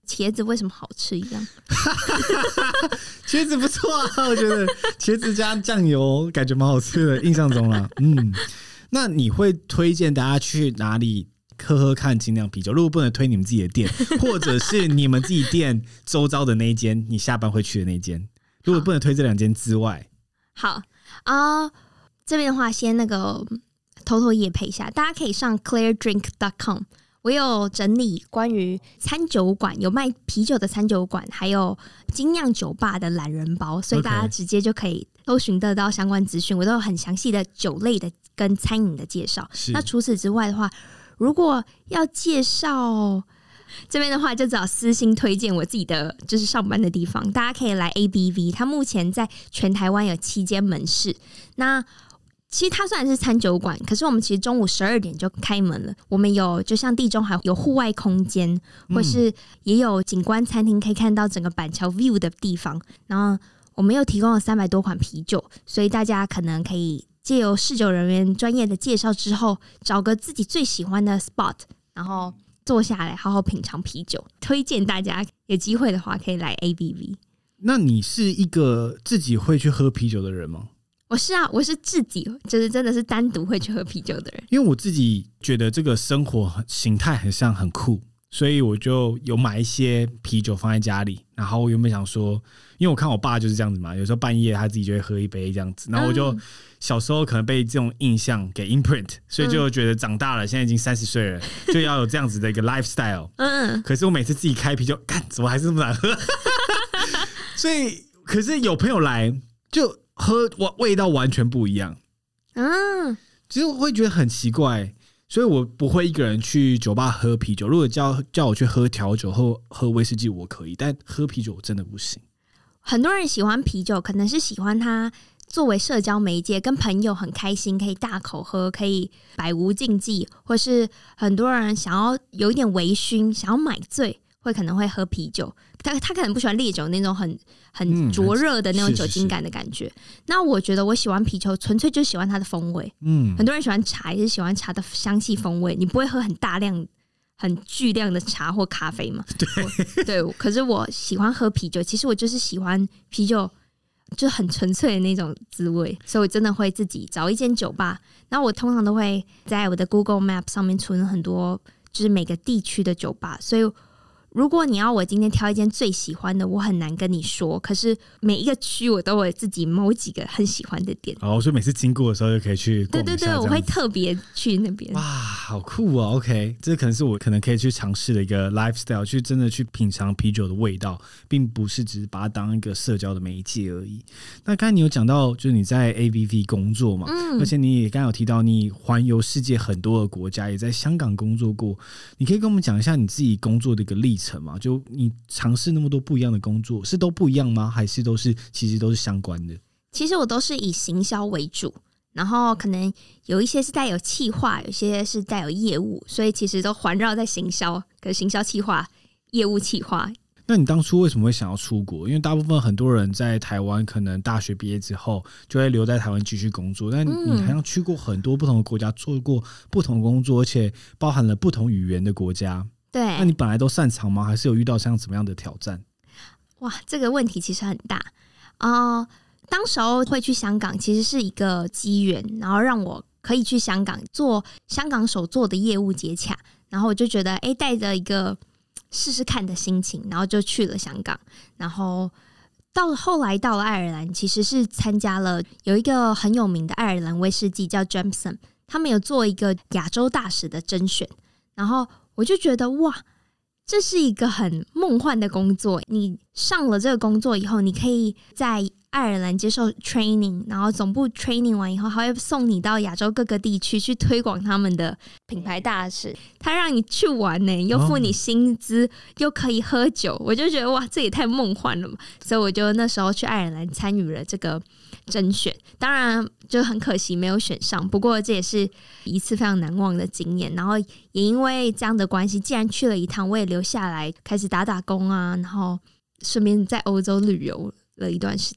茄子为什么好吃一样。 茄子不错啊，我觉得茄子加酱油感觉蛮好吃的，印象中啦。嗯，那你会推荐大家去哪里喝喝看精酿啤酒？如果不能推你们自己的店，或者是你们自己店周遭的那一间，你下班会去的那一间，如果不能推这两间之外， 好啊、呃，这边的话先那个偷偷业配一下，大家可以上 clear drink dot com。我有整理关于餐酒馆，有卖啤酒的餐酒馆，还有精酿酒吧的懒人包，所以大家直接就可以搜寻得到相关资讯。我都有很详细的酒类的跟餐饮的介绍。那除此之外的话，如果要介绍这边的话，就只好私信推荐我自己的就是上班的地方，大家可以来 A B V， 它目前在全台湾有七间门市。那其实它虽然是餐酒馆，可是我们其实中午十二点就开门了。我们有就像地中海有户外空间，或是也有景观餐厅，可以看到整个板桥 view 的地方。然后我们又提供了三百多款啤酒，所以大家可能可以借由侍酒人员专业的介绍之后，找个自己最喜欢的 spot， 然后坐下来好好品尝啤酒。推荐大家有机会的话可以来 A B V。 那你是一个自己会去喝啤酒的人吗？ 我是啊，我是自己就是真的是单独会去喝啤酒的人。 因为我自己觉得这个生活形态很像很酷，所以我就有买一些啤酒放在家里。然后我原本想说，因为我看我爸就是这样子嘛，有时候半夜他自己就会喝一杯这样子。然后我就小时候可能被这种印象给 imprint， 所以就觉得长大了，现在已经三十岁了，就要有这样子的一个 lifestyle。嗯，可是我每次自己开啤酒，干怎么还是这么难喝？所以，可是有朋友来就。喝味道完全不一样，嗯，其实我会觉得很奇怪，所以我不会一个人去酒吧喝啤酒。如果叫叫我去喝调酒、喝喝威士忌，我可以，但喝啤酒我真的不行。 很多人喜欢啤酒，可能是喜欢它作为社交媒介，跟朋友很开心，可以大口喝，可以百无禁忌，或是很多人想要有一点微醺，想要买醉。会可能会喝啤酒，他他可能不喜欢烈酒那种很很灼热的那种酒精感的感觉。嗯、是是是那我觉得我喜欢啤酒，纯粹就喜欢它的风味。嗯，很多人喜欢茶，也是喜欢茶的香气风味。你不会喝很大量、很巨量的茶或咖啡嘛？ 对对。可是我喜欢喝啤酒，其实我就是喜欢啤酒，就很纯粹的那种滋味。所以我真的会自己找一间酒吧，然后我通常都会在我的 Google Map 上面存很多，就是每个地区的酒吧，所以。如果你要我今天挑一间最喜欢的，我很难跟你说。可是每一个区我都有自己某几个很喜欢的店。 哦，所以每次经过的时候就可以去逛一下。 对对对，我会特别去那边。 哇，好酷哦 ！OK， 这可能是我可能可以去尝试的一个 lifestyle， 去真的去品尝啤酒的味道，并不是只是把它当一个社交的媒介而已。那刚才你有讲到，就是你在 A B V 工作嘛，嗯、而且你也刚才有提到你环游世界很多的国家，也在香港工作过。你可以跟我们讲一下你自己工作的一个历程。就你尝试那么多不一样的工作，是都不一样吗？还是都是其实都是相关的？ 其实我都是以行销为主，然后可能有一些是带有企划，有些是带有业务，所以其实都环绕在行销，可是行销企划、业务企划。 那你当初为什么会想要出国？因为大部分很多人在台湾可能大学毕业之后就会留在台湾继续工作，但你好像去过很多不同的国家，做过不同的工作，而且包含了不同语言的国家。 对， 那你本来都擅长吗？还是有遇到像怎么样的挑战？ 哇，这个问题其实很大啊、呃！当时候会去香港，其实是一个机缘，然后让我可以去香港做香港手做的业务接洽，然后我就觉得，哎，带着一个试试看的心情，然后就去了香港。然后到后来到了爱尔兰，其实是参加了有一个很有名的爱尔兰威士忌叫 Jameson， 他们有做一个亚洲大使的甄选，然后。我就觉得哇，这是一个很梦幻的工作。你上了这个工作以后，你可以在爱尔兰接受 training， 然后总部 training 完以后，还会送你到亚洲各个地区去推广他们的品牌大使。他让你去玩呢，又付你薪资，哦、又可以喝酒，我就觉得哇，这也太梦幻了嘛！所以我就那时候去爱尔兰参与了这个甄选，当然就很可惜没有选上，不过这也是一次非常难忘的经验。然后也因为这样的关系，既然去了一趟，我也留下来开始打打工啊，然后顺便在欧洲旅游了一段时间。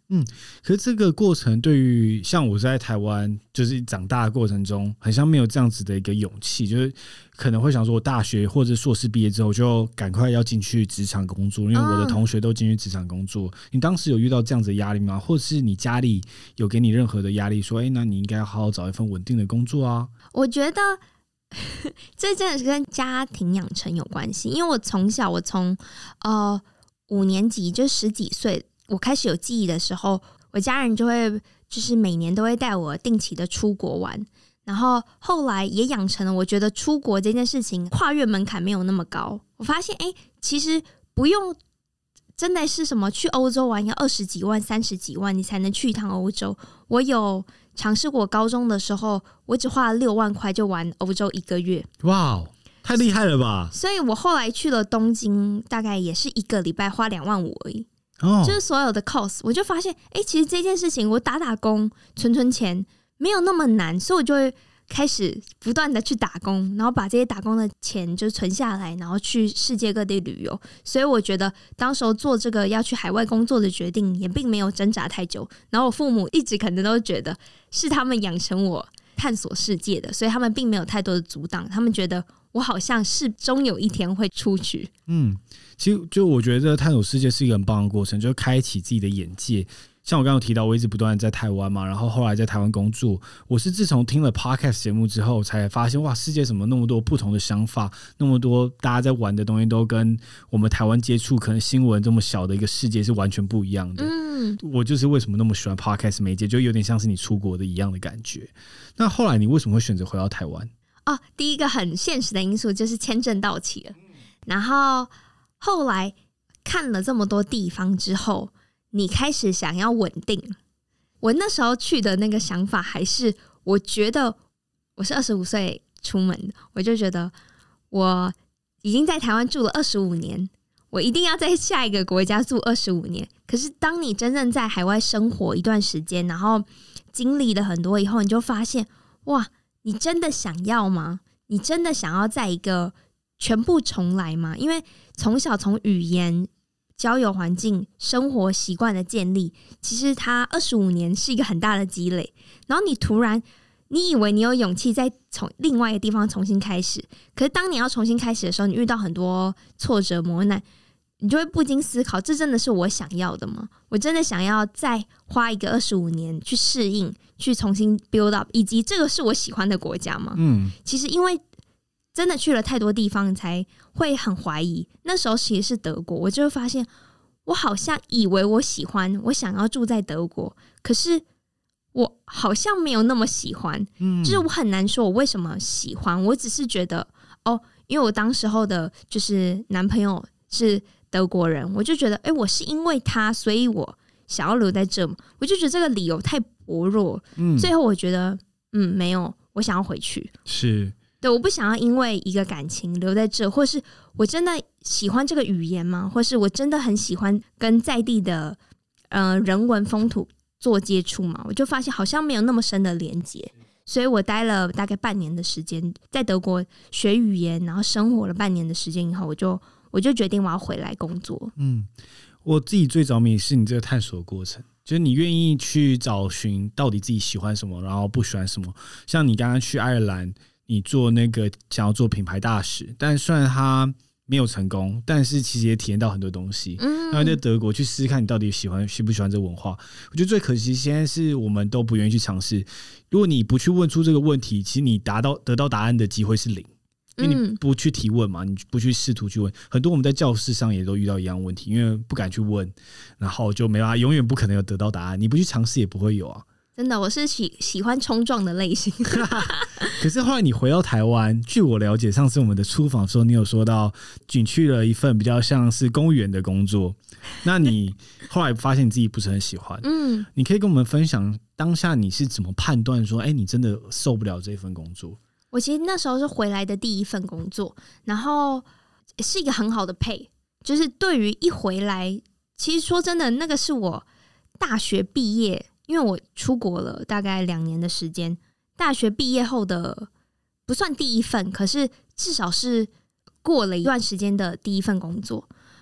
嗯，可是这个过程对于像我在台湾就是长大的过程中，很像没有这样子的一个勇气，就是可能会想说我大学或者硕士毕业之后就赶快要进去职场工作，因为我的同学都进去职场工作、嗯、你当时有遇到这样子的压力吗？或者是你家里有给你任何的压力说哎、欸，那你应该要好好找一份稳定的工作啊？ 我觉得这真的是跟家庭养成有关系，因为我从小我从呃五年级就十几岁我开始有记忆的时候，我家人就会就是每年都会带我定期的出国玩，然后后来也养成了我觉得出国这件事情跨越门槛没有那么高。我发现哎、欸，其实不用真的是什么去欧洲玩要二十几万三十几万你才能去一趟欧洲。我有尝试过高中的时候我只花了六万块就玩欧洲一个月。 哇，太厉害了吧！ 所以我后来去了东京大概也是一个礼拜花两万五而已、哦、就是所有的 cost 我就发现哎、欸，其实这件事情我打打工存存钱没有那么难，所以我就会开始不断的去打工，然后把这些打工的钱就存下来，然后去世界各地旅游。所以我觉得当时候做这个要去海外工作的决定也并没有挣扎太久，然后我父母一直可能都觉得是他们养成我探索世界的，所以他们并没有太多的阻挡，他们觉得我好像是终有一天会出去。嗯， 其实就我觉得探索世界是一个很棒的过程，就是开启自己的眼界。像我刚刚有提到我一直不断在台湾嘛，然后后来在台湾工作，我是自从听了 podcast 节目之后才发现哇，世界怎么那么多不同的想法，那么多大家在玩的东西都跟我们台湾接触可能新闻这么小的一个世界是完全不一样的。嗯，我就是为什么那么喜欢 podcast 媒介，就有点像是你出国的一样的感觉。那后来你为什么会选择回到台湾？ 哦，第一个很现实的因素就是签证到期了，然后后来看了这么多地方之后你开始想要稳定。我那时候去的那个想法还是我觉得我是二十五岁出门的，我就觉得我已经在台湾住了二十五年，我一定要在下一个国家住二十五年。可是当你真正在海外生活一段时间，然后经历了很多以后，你就发现哇，你真的想要吗？你真的想要在一个全部重来吗？因为从小从语言交友环境生活习惯的建立，其实它二十五年是一个很大的积累，然后你突然你以为你有勇气再从另外一个地方重新开始，可是当你要重新开始的时候，你遇到很多挫折磨难，你就会不禁思考，这真的是我想要的吗？我真的想要再花一个二十五年去适应，去重新 build up， 以及这个是我喜欢的国家吗？嗯，其实因为真的去了太多地方才会很怀疑。那时候其实是德国，我就会发现我好像以为我喜欢，我想要住在德国，可是我好像没有那么喜欢、嗯、就是我很难说我为什么喜欢，我只是觉得哦，因为我当时候的就是男朋友是德国人，我就觉得哎、欸，我是因为他所以我想要留在这，我就觉得这个理由太薄弱、嗯、最后我觉得嗯没有，我想要回去。 是对，我不想要因为一个感情留在这，或是我真的喜欢这个语言吗？或是我真的很喜欢跟在地的呃人文风土做接触嘛？我就发现好像没有那么深的连结，所以我待了大概半年的时间在德国学语言，然后生活了半年的时间以后，我就我就决定我要回来工作。 嗯，我自己最着迷是你这个探索的过程。就是你愿意去找寻到底自己喜欢什么，然后不喜欢什么。像你刚刚去爱尔兰，你做那个想要做品牌大使，但虽然他没有成功，但是其实也体验到很多东西。嗯，然后在德国去试试看你到底喜欢喜不喜欢这个文化。我觉得最可惜现在是我们都不愿意去尝试。如果你不去问出这个问题，其实你达到得到答案的机会是零。因为你不去提问嘛，你不去试图去问，很多我们在教室上也都遇到一样问题，因为不敢去问，然后就没办法，永远不可能有得到答案。你不去尝试也不会有啊。 真的，我是喜喜欢冲撞的类型。 可是后来你回到台湾，据我了解，上次我们的出访的时候，你有说到你去了一份比较像是公务员的工作，那你后来发现你自己不是很喜欢，嗯，你可以跟我们分享当下你是怎么判断说，哎、欸，你真的受不了这份工作？ 我其实那时候是回来的第一份工作，然后是一个很好的 pay， 就是对于一回来，其实说真的，那个是我大学毕业，因为我出国了大概两年的时间，大学毕业后的不算第一份，可是至少是过了一段时间的第一份工作。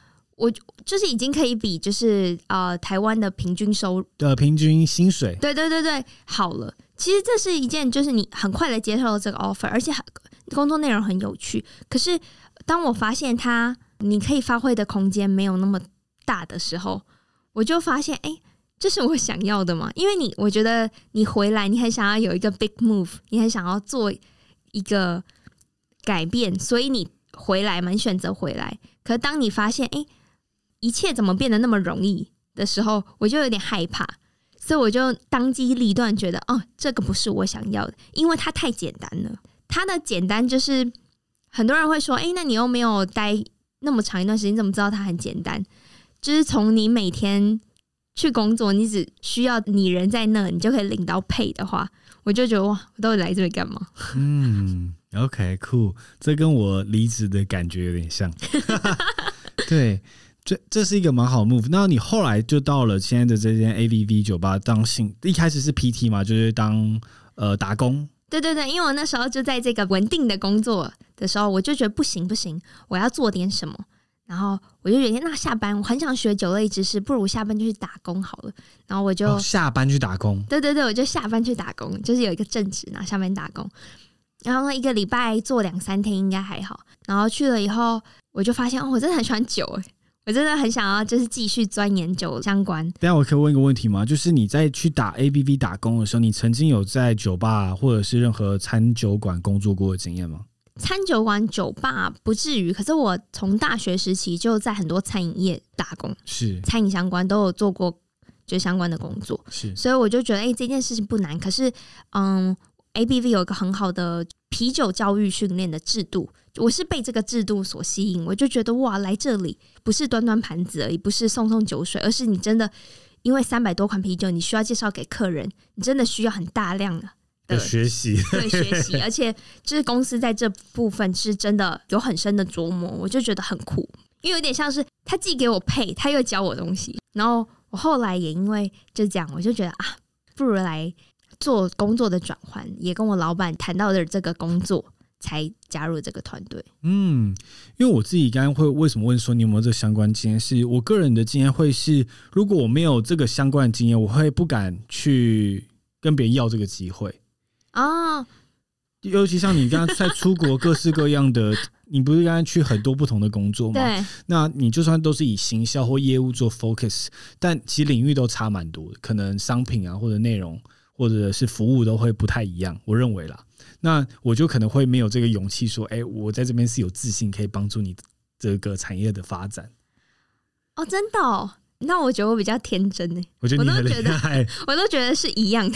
我就是已经可以比就是呃台湾的平均收入的平均薪水， 对对对对，好了。其实这是一件就是你很快的接受了这个 offer， 而且工作内容很有趣。可是当我发现它你可以发挥的空间没有那么大的时候，我就发现，哎、欸，这是我想要的吗？因为你，我觉得你回来，你很想要有一个 big move， 你很想要做一个改变，所以你回来嘛，你选择回来。可是当你发现，哎、欸，一切怎么变得那么容易的时候，我就有点害怕，所以我就当机立断，觉得哦，这个不是我想要的，因为它太简单了。它的简单就是很多人会说，哎、欸，那你又没有待那么长一段时间，你怎么知道它很简单？就是从你每天去工作，你只需要你人在那，你就可以领到 pay 的话，我就觉得哇，我到底来这里干嘛？嗯 ，OK， cool， 这跟我离职的感觉有点像。对，这这是一个蛮好的 move。那你后来就到了现在的这间 A V V 酒吧当性，一开始是 P T 嘛，就是当呃打工。 对对对，因为我那时候就在这个稳定的工作的时候，我就觉得不行不行，我要做点什么。然后我就觉得，那下班我很想学酒类知识，不如下班就去打工好了。然后我就、 哦、下班去打工， 对对对，我就下班去打工，就是有一个正职，然后下班打工。然后呢，一个礼拜做两三天应该还好。然后去了以后，我就发现哦，我真的很喜欢酒哎，我真的很想要就是继续钻研酒相关。 等一下我可以问一个问题吗？就是你在去打 A B V 打工的时候，你曾经有在酒吧或者是任何餐酒馆工作过的经验吗？ 餐酒馆、酒吧不至于，可是我从大学时期就在很多餐饮业打工， 是餐饮相关都有做过，就相关的工作， 是， 所以我就觉得，哎、欸，这件事情不难。可是，嗯 ，A B V 有一个很好的啤酒教育训练的制度，我是被这个制度所吸引，我就觉得哇，来这里不是端端盘子而已，不是送送酒水，而是你真的因为三百多款啤酒，你需要介绍给客人，你真的需要很大量的。 的学习， 对学习，而且就是公司在这部分是真的有很深的琢磨，我就觉得很酷，因为有点像是他既给我配，他又教我东西。然后我后来也因为就这样，我就觉得啊，不如来做工作的转换，也跟我老板谈到的这个工作，才加入这个团队。 嗯，因为我自己刚刚会为什么问说你有没有这个相关经验，是我个人的经验会是，如果我没有这个相关的经验，我会不敢去跟别人要这个机会。 哦， 尤其像你刚刚在出国各式各样的，你不是刚刚去很多不同的工作吗？ 对， 那你就算都是以行销或业务做 focus， 但其实领域都差蛮多的，可能商品啊或者内容或者是服务都会不太一样，我认为啦。那我就可能会没有这个勇气说，哎、欸，我在这边是有自信可以帮助你这个产业的发展。 哦，真的哦。那我觉得我比较天真耶， 我觉得你很厉害， 我都觉得是一样的。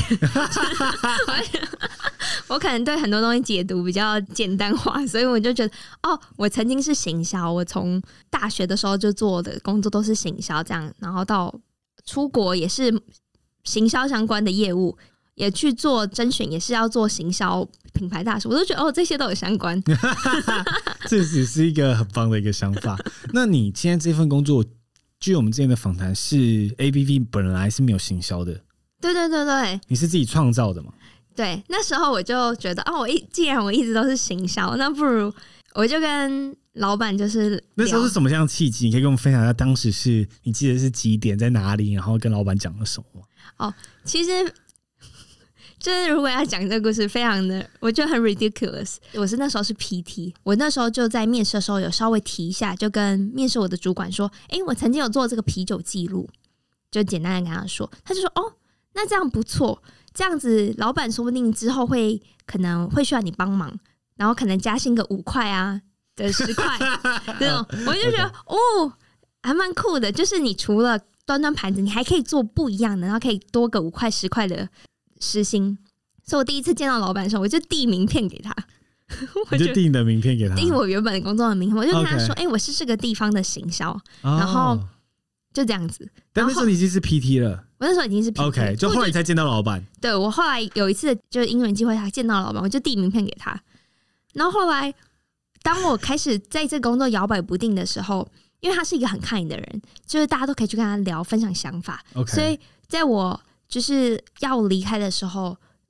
我可能对很多东西解读比较简单化，所以我就觉得，哦，我曾经是行销，我从大学的时候就做的工作都是行销这样，然后到出国也是行销相关的业务，也去做甄选，也是要做行销品牌大使，我都觉得哦，这些都有相关。 这只是一个很棒的一个想法。那你现在这份工作？据我们之前的访谈，是 A B V 本来是没有行销的， 对对对对， 你是自己创造的吗？ 对，那时候我就觉得，哦，我一既然我一直都是行销，那不如我就跟老板就是那时候是什么样的契机？你可以跟我们分享一下，当时是你记得是几点在哪里，然后跟老板讲了什么吗？ 哦，其实就是如果要讲这个故事，非常的我觉得很 ridiculous。我是那时候是 P T， 我那时候就在面试的时候有稍微提一下，就跟面试我的主管说，哎、欸，我曾经有做这个啤酒记录，就简单的跟他说，他就说，哦，那这样不错，这样子老板说不定之后会可能会需要你帮忙，然后可能加薪个五块啊的十块这种，我就觉得哦，还蛮酷的，就是你除了端端盘子，你还可以做不一样的，然后可以多个五块十块的时薪。所以我第一次见到老板的时候，我就递名片给他， 我就递你的名片给他， 递我原本工作的名片，我就跟他说：“哎、欸，我是这个地方的行销。哦”然后就这样子。 但那时候你已经是 P T 了， 我那时候已经是 P T， OK， 就后来你才见到老板。 对，我后来有一次就是因缘机会，他见到老板，我就递名片给他。然后后来，当我开始在这工作摇摆不定的时候，因为他是一个很kind的人，就是大家都可以去跟他聊，分享想法。 Okay. 所以在我就是要离开的时候。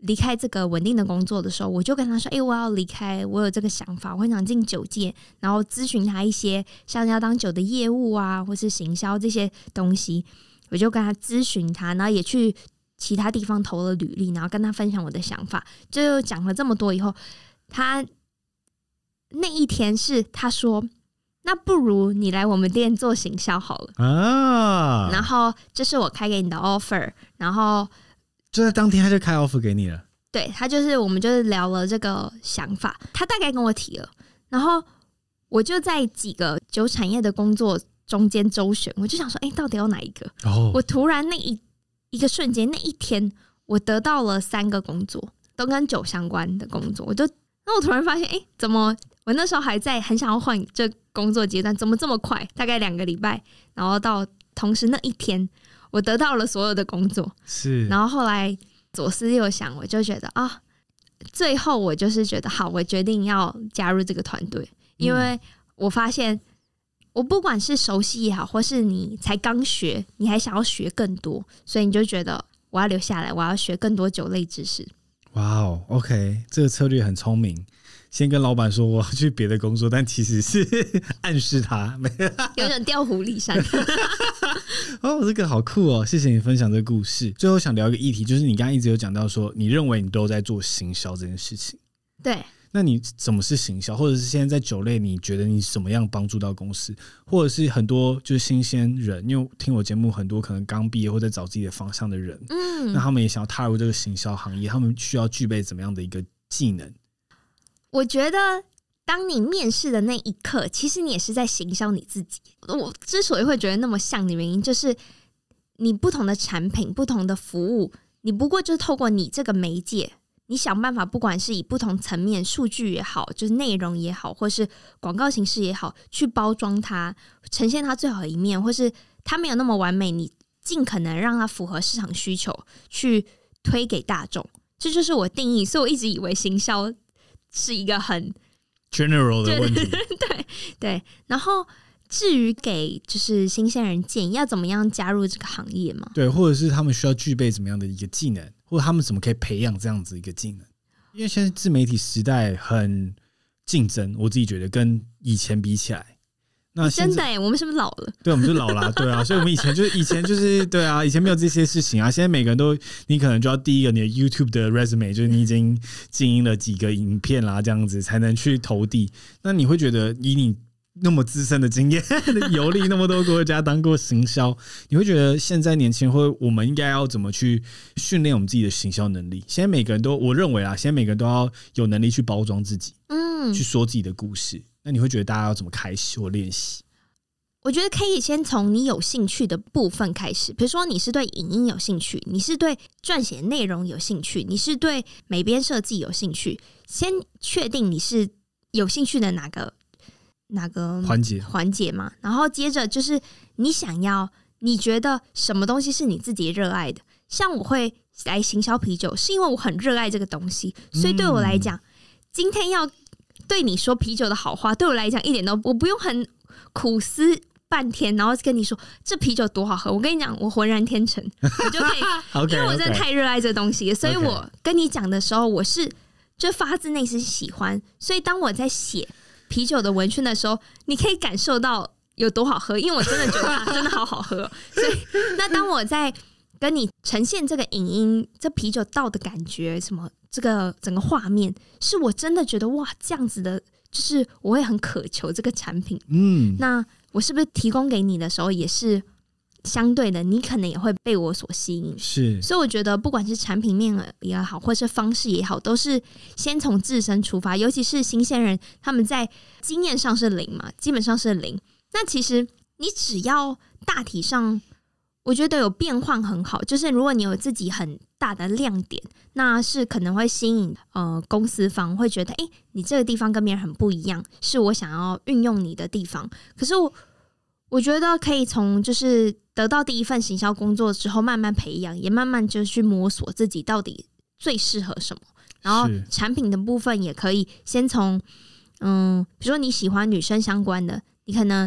离开这个稳定的工作的时候，我就跟他说：“哎、欸，我要离开，我有这个想法，我很想进酒界。”然后咨询他一些像要当酒的业务啊，或是行销这些东西，我就跟他咨询他，然后也去其他地方投了履历，然后跟他分享我的想法。就讲了这么多以后，他那一天是他说：“那不如你来我们店做行销好了。”啊，然后这是我开给你的 offer， 然后。 就在当天他就开 offer 给你了。 对，他就是我们就是聊了这个想法，他大概跟我提了，然后我就在几个酒产业的工作中间周旋，我就想说，哎、欸，到底要哪一个？哦，我突然那一一个瞬间，那一天我得到了三个工作，都跟酒相关的工作，我就，那我突然发现，哎、欸，怎么我那时候还在很想要换这工作阶段，怎么这么快？大概两个礼拜，然后到同时那一天。我得到了所有的工作，是，然后后来左思右想，我就觉得啊，最后我就是觉得好，我决定要加入这个团队，因为我发现我不管是熟悉也好，或是你才刚学，你还想要学更多，所以你就觉得我要留下来，我要学更多酒类知识。 哇哦 ，OK， 这个策略很聪明。先跟老板说我要去别的工作，但其实是暗示他， 有点调虎离山。 哦，这个好酷哦！谢谢你分享这个故事。最后想聊一个议题，就是你刚刚一直有讲到说，你认为你都在做行销这件事情。 对。 那你什么是行销，或者是现在在酒类，你觉得你怎么样帮助到公司，或者是很多就是新鲜人，因为听我节目很多可能刚毕业或者找自己的方向的人，嗯，那他们也想要踏入这个行销行业，他们需要具备怎么样的一个技能？ 我觉得当你面试的那一刻，其实你也是在行销你自己。我之所以会觉得那么像的原因，就是你不同的产品、不同的服务，你不过就是透过你这个媒介，你想办法，不管是以不同层面，数据也好，就是内容也好，或是广告形式也好，去包装它，呈现它最好的一面，或是它没有那么完美，你尽可能让它符合市场需求，去推给大众。这就是我定义，所以我一直以为行销是一个很 general 的问题。 对对，然后至于给就是新鲜人建议要怎么样加入这个行业嘛？ 对，或者是他们需要具备怎么样的一个技能，或者他们怎么可以培养这样子一个技能？因为现在自媒体时代很竞争，我自己觉得跟以前比起来。那真的耶，我们是不是老了？ 对，我们就老了，对啊，所以我们以前就是以前就是对啊，以前没有这些事情啊。现在每个人都，你可能就要第一个你的 YouTube 的 resume， 就是你已经经营了几个影片啦，这样子才能去投递。那你会觉得以你那么资深的经验，游历那么多国家，当过行销，你会觉得现在年轻人会，我们应该要怎么去训练我们自己的行销能力？现在每个人都，我认为啊，现在每个人都要有能力去包装自己，嗯，去说自己的故事。那你会觉得大家要怎么开始或练习？ 我觉得可以先从你有兴趣的部分开始，比如说你是对影音有兴趣，你是对撰写内容有兴趣，你是对美编设计有兴趣，先确定你是有兴趣的哪个哪个环节环节嘛，然后接着就是你想要，你觉得什么东西是你自己热爱的？像我会来行销啤酒，是因为我很热爱这个东西，所以对我来讲，嗯、今天要对你说啤酒的好话，对我来讲一点都我不用很苦思半天，然后跟你说这啤酒多好喝。我跟你讲，我浑然天成，我就可以， okay, 因为我真的太热爱这东西， okay. 所以我跟你讲的时候，我是就发自内心喜欢。所以当我在写啤酒的文宣的时候，你可以感受到有多好喝，因为我真的觉得它真的好好喝。所以那当我在跟你呈现这个影音，这啤酒倒的感觉，什么这个整个画面，是我真的觉得哇，这样子的，就是我会很渴求这个产品。嗯，那我是不是提供给你的时候，也是相对的，你可能也会被我所吸引。 是， 所以我觉得不管是产品面也好，或是方式也好，都是先从自身出发。尤其是新鲜人，他们在经验上是零嘛，基本上是零。那其实你只要大体上，我觉得有变换很好，就是如果你有自己很大的亮点，那是可能会吸引呃公司方会觉得，哎、欸，你这个地方跟别人很不一样，是我想要运用你的地方。可是我我觉得可以从就是得到第一份行销工作之后，慢慢培养，也慢慢就去摸索自己到底最适合什么。然后产品的部分也可以先从嗯，比如说你喜欢女生相关的，你可能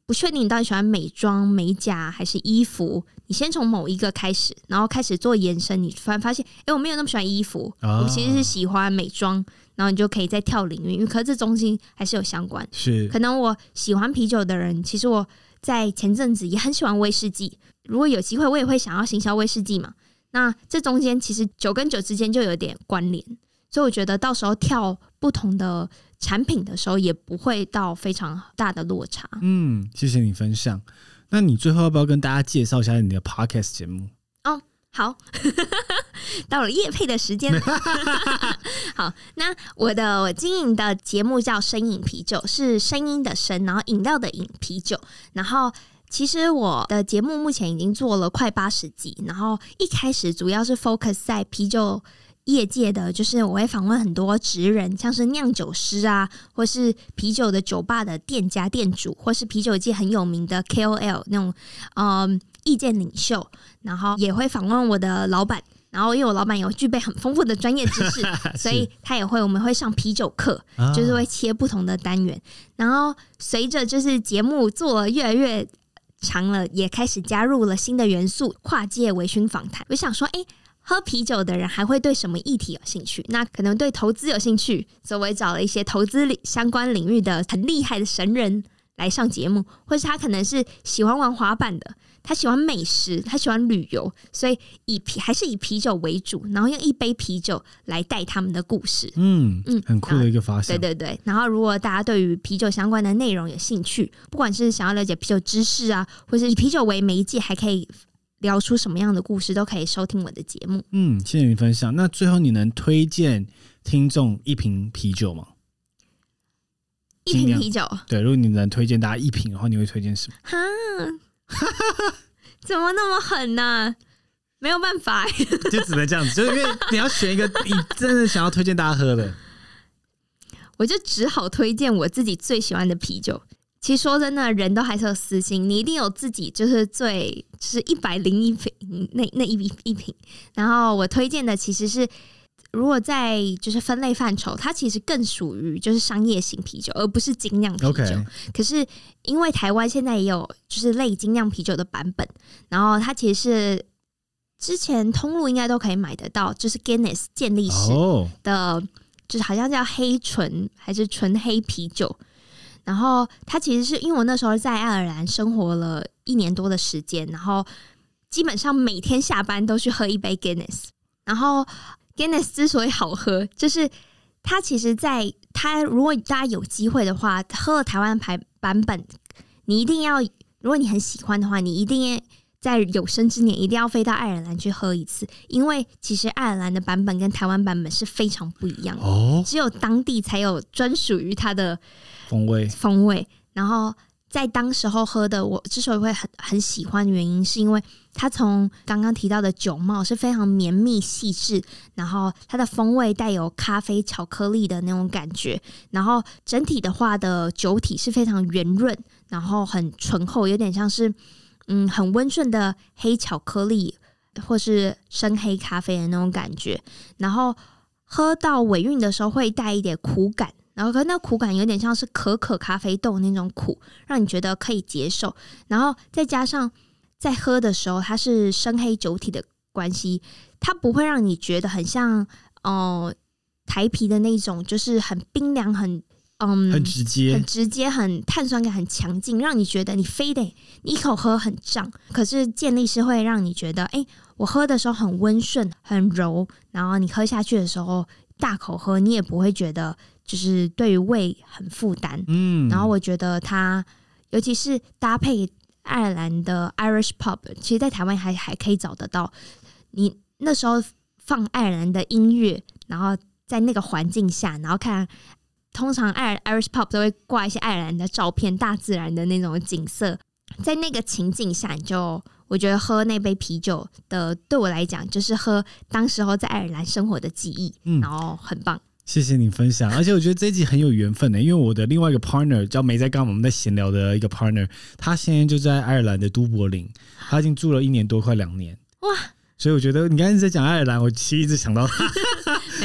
不确定你到底喜欢美妆、美甲还是衣服，你先从某一个开始，然后开始做延伸，你突然发现，哎、欸，我没有那么喜欢衣服，哦、我其实是喜欢美妆，然后你就可以再跳领域，因为可是这中间还是有相关。 是， 可能我喜欢啤酒的人，其实我在前阵子也很喜欢威士忌，如果有机会，我也会想要行销威士忌嘛。那这中间其实酒跟酒之间就有点关联，所以我觉得到时候跳不同的产品的时候也不会到非常大的落差。 嗯，谢谢你分享。那你最后要不要跟大家介绍一下你的 podcast 节目？ 哦，好，到了业配的时间。好，那我的我经营的节目叫声饮啤酒，是声音的声，然后饮料的饮，啤酒。然后其实我的节目目前已经做了快八十集，然后一开始主要是 focus 在啤酒业界的，就是我会访问很多职人，像是酿酒师啊，或是啤酒的酒吧的店家店主，或是啤酒界很有名的 K O L 那种嗯意见领袖，然后也会访问我的老板，然后因为我老板有具备很丰富的专业知识，所以他也会我们会上啤酒课，就是会切不同的单元，然后随着就是节目做了越来越长了，也开始加入了新的元素，跨界微醺访谈。我想说，哎、欸。喝啤酒的人还会对什么议题有兴趣？那可能对投资有兴趣，所以我也找了一些投资相关领域的很厉害的神人来上节目，或是他可能是喜欢玩滑板的，他喜欢美食，他喜欢旅游，所以以啤还是以啤酒为主，然后用一杯啤酒来带他们的故事。嗯嗯，很酷的一个发想。 对对对，然后如果大家对于啤酒相关的内容有兴趣，不管是想要了解啤酒知识啊，或是以啤酒为媒介，还可以聊出什么样的故事，都可以收听我的节目。 嗯，谢谢你分享。那最后你能推荐听众一瓶啤酒吗？ 一瓶啤酒？对， 如果你能推荐大家一瓶的话，你会推荐什么？ 哈，怎么那么狠呢、啊？没有办法， 就只能这样子，就是因为你要选一个你真的想要推荐大家喝的， 我就只好推荐我自己最喜欢的啤酒。其实说真的，人都还是有私心，你一定有自己就是最就是一百零一瓶那那一一瓶。然后我推荐的其实是，如果在就是分类范畴，它其实更属于就是商业型啤酒，而不是精酿啤酒。Okay. 可是因为台湾现在也有就是类精酿啤酒的版本，然后它其实是之前通路应该都可以买得到，就是 Guinness 健力士的， oh. 就是好像叫黑纯还是纯黑啤酒。然后它其实是因为我那时候在爱尔兰生活了一年多的时间，然后基本上每天下班都去喝一杯 Guinness。然后 Guinness 之所以好喝，就是它其实在它如果大家有机会的话，喝了台湾牌版本，你一定要，如果你很喜欢的话，你一定要在有生之年一定要飞到爱尔兰去喝一次，因为其实爱尔兰的版本跟台湾版本是非常不一样的，哦、只有当地才有专属于它的风味风味。然后在当时候喝的，我之所以会很很喜欢的原因，是因为它从刚刚提到的酒帽是非常绵密细致，然后它的风味带有咖啡巧克力的那种感觉，然后整体的话的酒体是非常圆润，然后很醇厚，有点像是嗯很温顺的黑巧克力或是深黑咖啡的那种感觉，然后喝到尾韵的时候会带一点苦感，然后可那苦感有点像是可可咖啡豆那种苦，让你觉得可以接受。然后再加上在喝的时候，它是深黑酒体的关系，它不会让你觉得很像呃台啤的那种，就是很冰凉、很嗯很直接、 很直接、很碳酸感很强劲，让你觉得你非得你一口喝很胀。可是健力士会让你觉得，哎、欸，我喝的时候很温顺、很柔，然后你喝下去的时候大口喝，你也不会觉得就是对于胃很负担。嗯，然后我觉得它尤其是搭配爱尔兰的 Irish Pub， 其实在台湾还还可以找得到。你那时候放爱尔兰的音乐，然后在那个环境下，然后看，通常爱 Irish Pub 都会挂一些爱尔兰的照片，大自然的那种景色，在那个情境下，你就我觉得喝那杯啤酒的，对我来讲就是喝当时候在爱尔兰生活的记忆，嗯、然后很棒。 谢谢你分享，而且我觉得这一集很有缘分的，因为我的另外一个 partner 叫没在刚我们在闲聊的一个 partner， 他现在就在爱尔兰的都柏林，他已经住了一年多，快两年。哇！所以我觉得你刚才在讲爱尔兰，我其实一直想到他。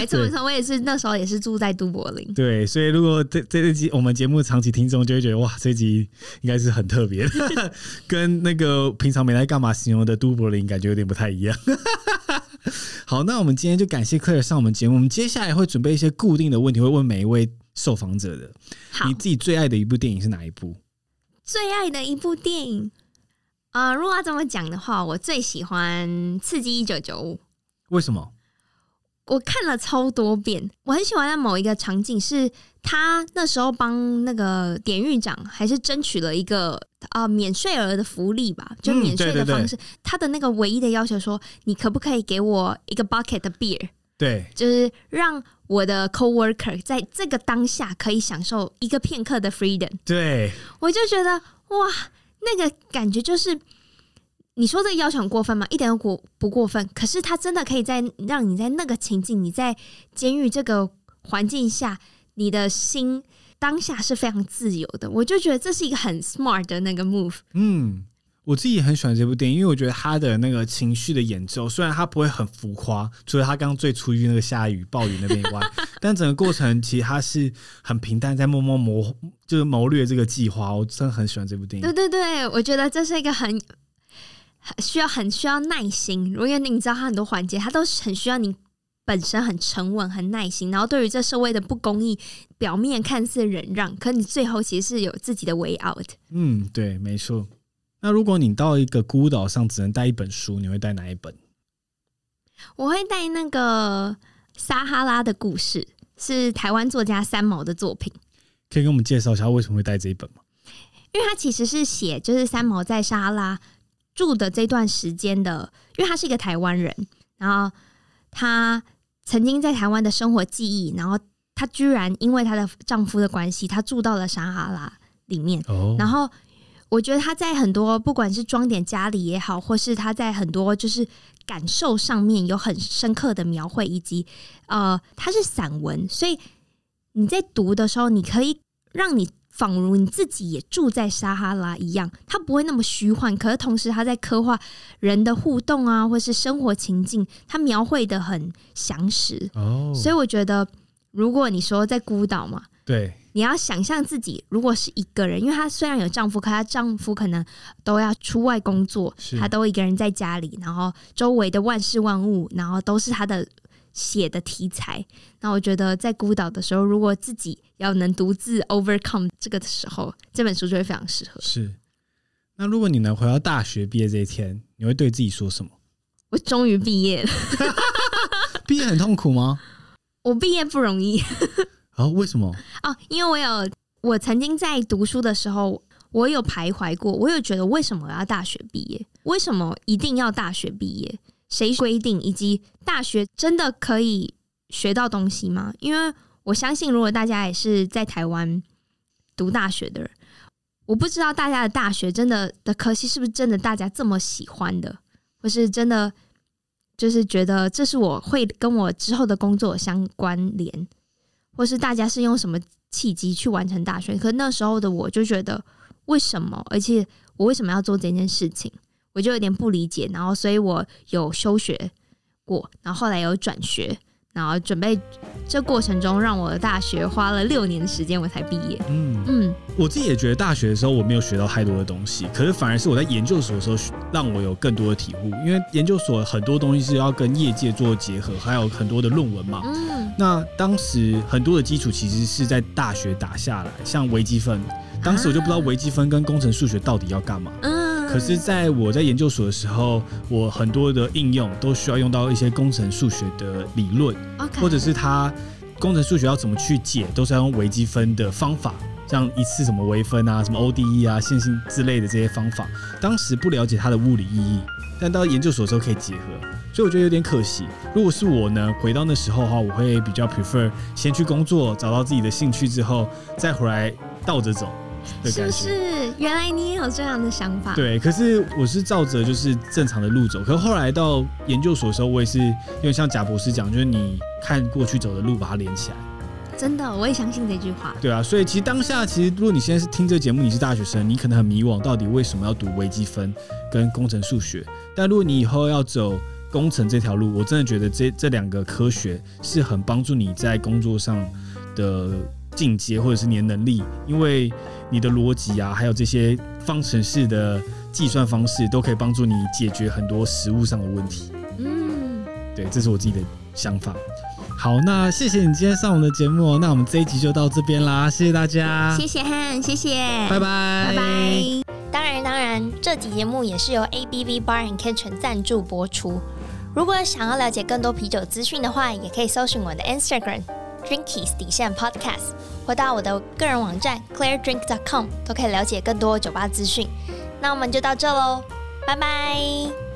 没错没错，我也是那时候也是住在都柏林。 对，所以如果这这集我们节目长期听众就会觉得哇，这集应该是很特别，跟那个平常没来干嘛形容的都柏林感觉有点不太一样。好，那我们今天就感谢 Claire 上我们节目，我们接下来会准备一些固定的问题，会问每一位受访者的。你自己最爱的一部电影是哪一部？ 最爱的一部电影，呃，如果要这么讲的话，我最喜欢《刺激一九九五》。 为什么？ 我看了超多遍，我很喜欢在某一个场景，是他那时候帮那个典狱长还是争取了一个呃免税额的福利吧，就免税的方式。嗯、对对对，他的那个唯一的要求说，你可不可以给我一个 bucket 的 beer？ 对，就是让我的 coworker 在这个当下可以享受一个片刻的 freedom。对，我就觉得哇，那个感觉就是。你说这个要求很过分吗？一点都不过分。可是他真的可以在让你在那个情境，你在监狱这个环境下，你的心当下是非常自由的。我就觉得这是一个很 smart 的那个 move。嗯， 我自己也很喜欢这部电影，因为我觉得他的那个情绪的演奏，虽然他不会很浮夸，除了他刚刚最初遇那个下雨暴雨那边以外，但整个过程其实他是很平淡，在默默谋就是谋略这个计划。我真的很喜欢这部电影。 对对对，我觉得这是一个很。需要很需要耐心，因为你知道它很多环节，它都很需要你本身很沉稳、很耐心。然后对于这社会的不公义，表面看似忍让，可你最后其实是有自己的 way out。 嗯，对，没错。那如果你到一个孤岛上只能带一本书，你会带哪一本？ 我会带那个《撒哈拉的故事》，是台湾作家三毛的作品。 可以跟我们介绍一下为什么会带这一本吗？ 因为它其实是写就是三毛在撒哈拉住的这段时间的，因为他是一个台湾人，然后他曾经在台湾的生活记忆，然后他居然因为她的丈夫的关系，他住到了撒哈拉里面。哦、然后我觉得他在很多不管是装点家里也好，或是他在很多就是感受上面有很深刻的描绘，以及呃，他是散文，所以你在读的时候，你可以让你。仿如你自己也住在撒哈拉一样，它不会那么虚幻，可是同时它在刻画人的互动啊，或是生活情境，它描绘的很详实。哦，所以我觉得，如果你说在孤岛嘛，对，你要想象自己如果是一个人，因为她虽然有丈夫，可她丈夫可能都要出外工作，她都一个人在家里，然后周围的万事万物，然后都是她的。写的题材，那我觉得在孤岛的时候，如果自己要能独自 overcome 这个的时候，这本书就会非常适合。 是，那如果你能回到大学毕业这一天，你会对自己说什么？ 我终于毕业了。 毕业很痛苦吗？ 我毕业不容易。 哦，为什么？ 哦，因为我有，我曾经在读书的时候，我有徘徊过，我有觉得为什么我要大学毕业？为什么一定要大学毕业？谁规定？以及大学真的可以学到东西吗？因为我相信，如果大家也是在台湾读大学的人，我不知道大家的大学真的的科系是不是真的大家这么喜欢的，或是真的就是觉得这是我会跟我之后的工作相关联，或是大家是用什么契机去完成大学？可是那时候的我就觉得，为什么？而且我为什么要做这件事情？我就有点不理解，然后所以我有休学过，然后后来有转学，然后准备这过程中让我的大学花了六年的时间我才毕业。嗯嗯，我自己也觉得大学的时候我没有学到太多的东西，可是反而是我在研究所的时候让我有更多的体悟，因为研究所很多东西是要跟业界做结合，还有很多的论文嘛。嗯，那当时很多的基础其实是在大学打下来，像微积分，当时我就不知道微积分跟工程数学到底要干嘛。嗯。可是在我在研究所的时候，我很多的应用都需要用到一些工程数学的理论， okay. 或者是它工程数学要怎么去解，都是要用微积分的方法，像一次什么微分啊、什么 O D E 啊、线性之类的这些方法。当时不了解它的物理意义，但到研究所的时候可以结合，所以我觉得有点可惜。如果是我呢，回到那时候的话，我会比较 prefer 先去工作，找到自己的兴趣之后，再回来倒着走。 是不是？原来你也有这样的想法？ 对，可是我是照着就是正常的路走。可是后来到研究所的时候，我也是因为像贾博士讲，就是你看过去走的路，把它连起来。 真的，我也相信这句话。 对啊，所以其实当下，其实如果你现在是听这个节目，你是大学生，你可能很迷惘，到底为什么要读微积分跟工程数学？但如果你以后要走工程这条路，我真的觉得这这两个科学是很帮助你在工作上的进阶，或者是你的能力，因为你的逻辑啊，还有这些方程式的计算方式，都可以帮助你解决很多实务上的问题。嗯，对，这是我自己的想法。好，那谢谢你今天上我们的节目，那我们这一集就到这边啦，谢谢大家， 谢谢汉，谢谢， 拜拜， 拜拜。 当然，当然，这集节目也是由 A B V Bar and Kitchen 赞助播出。如果想要了解更多啤酒资讯的话，也可以搜寻我的 Instagram Drinkies 底线 Podcast， 或到我的个人网站 claire drink dot com 都可以了解更多酒吧资讯。那我们就到这喽，拜拜。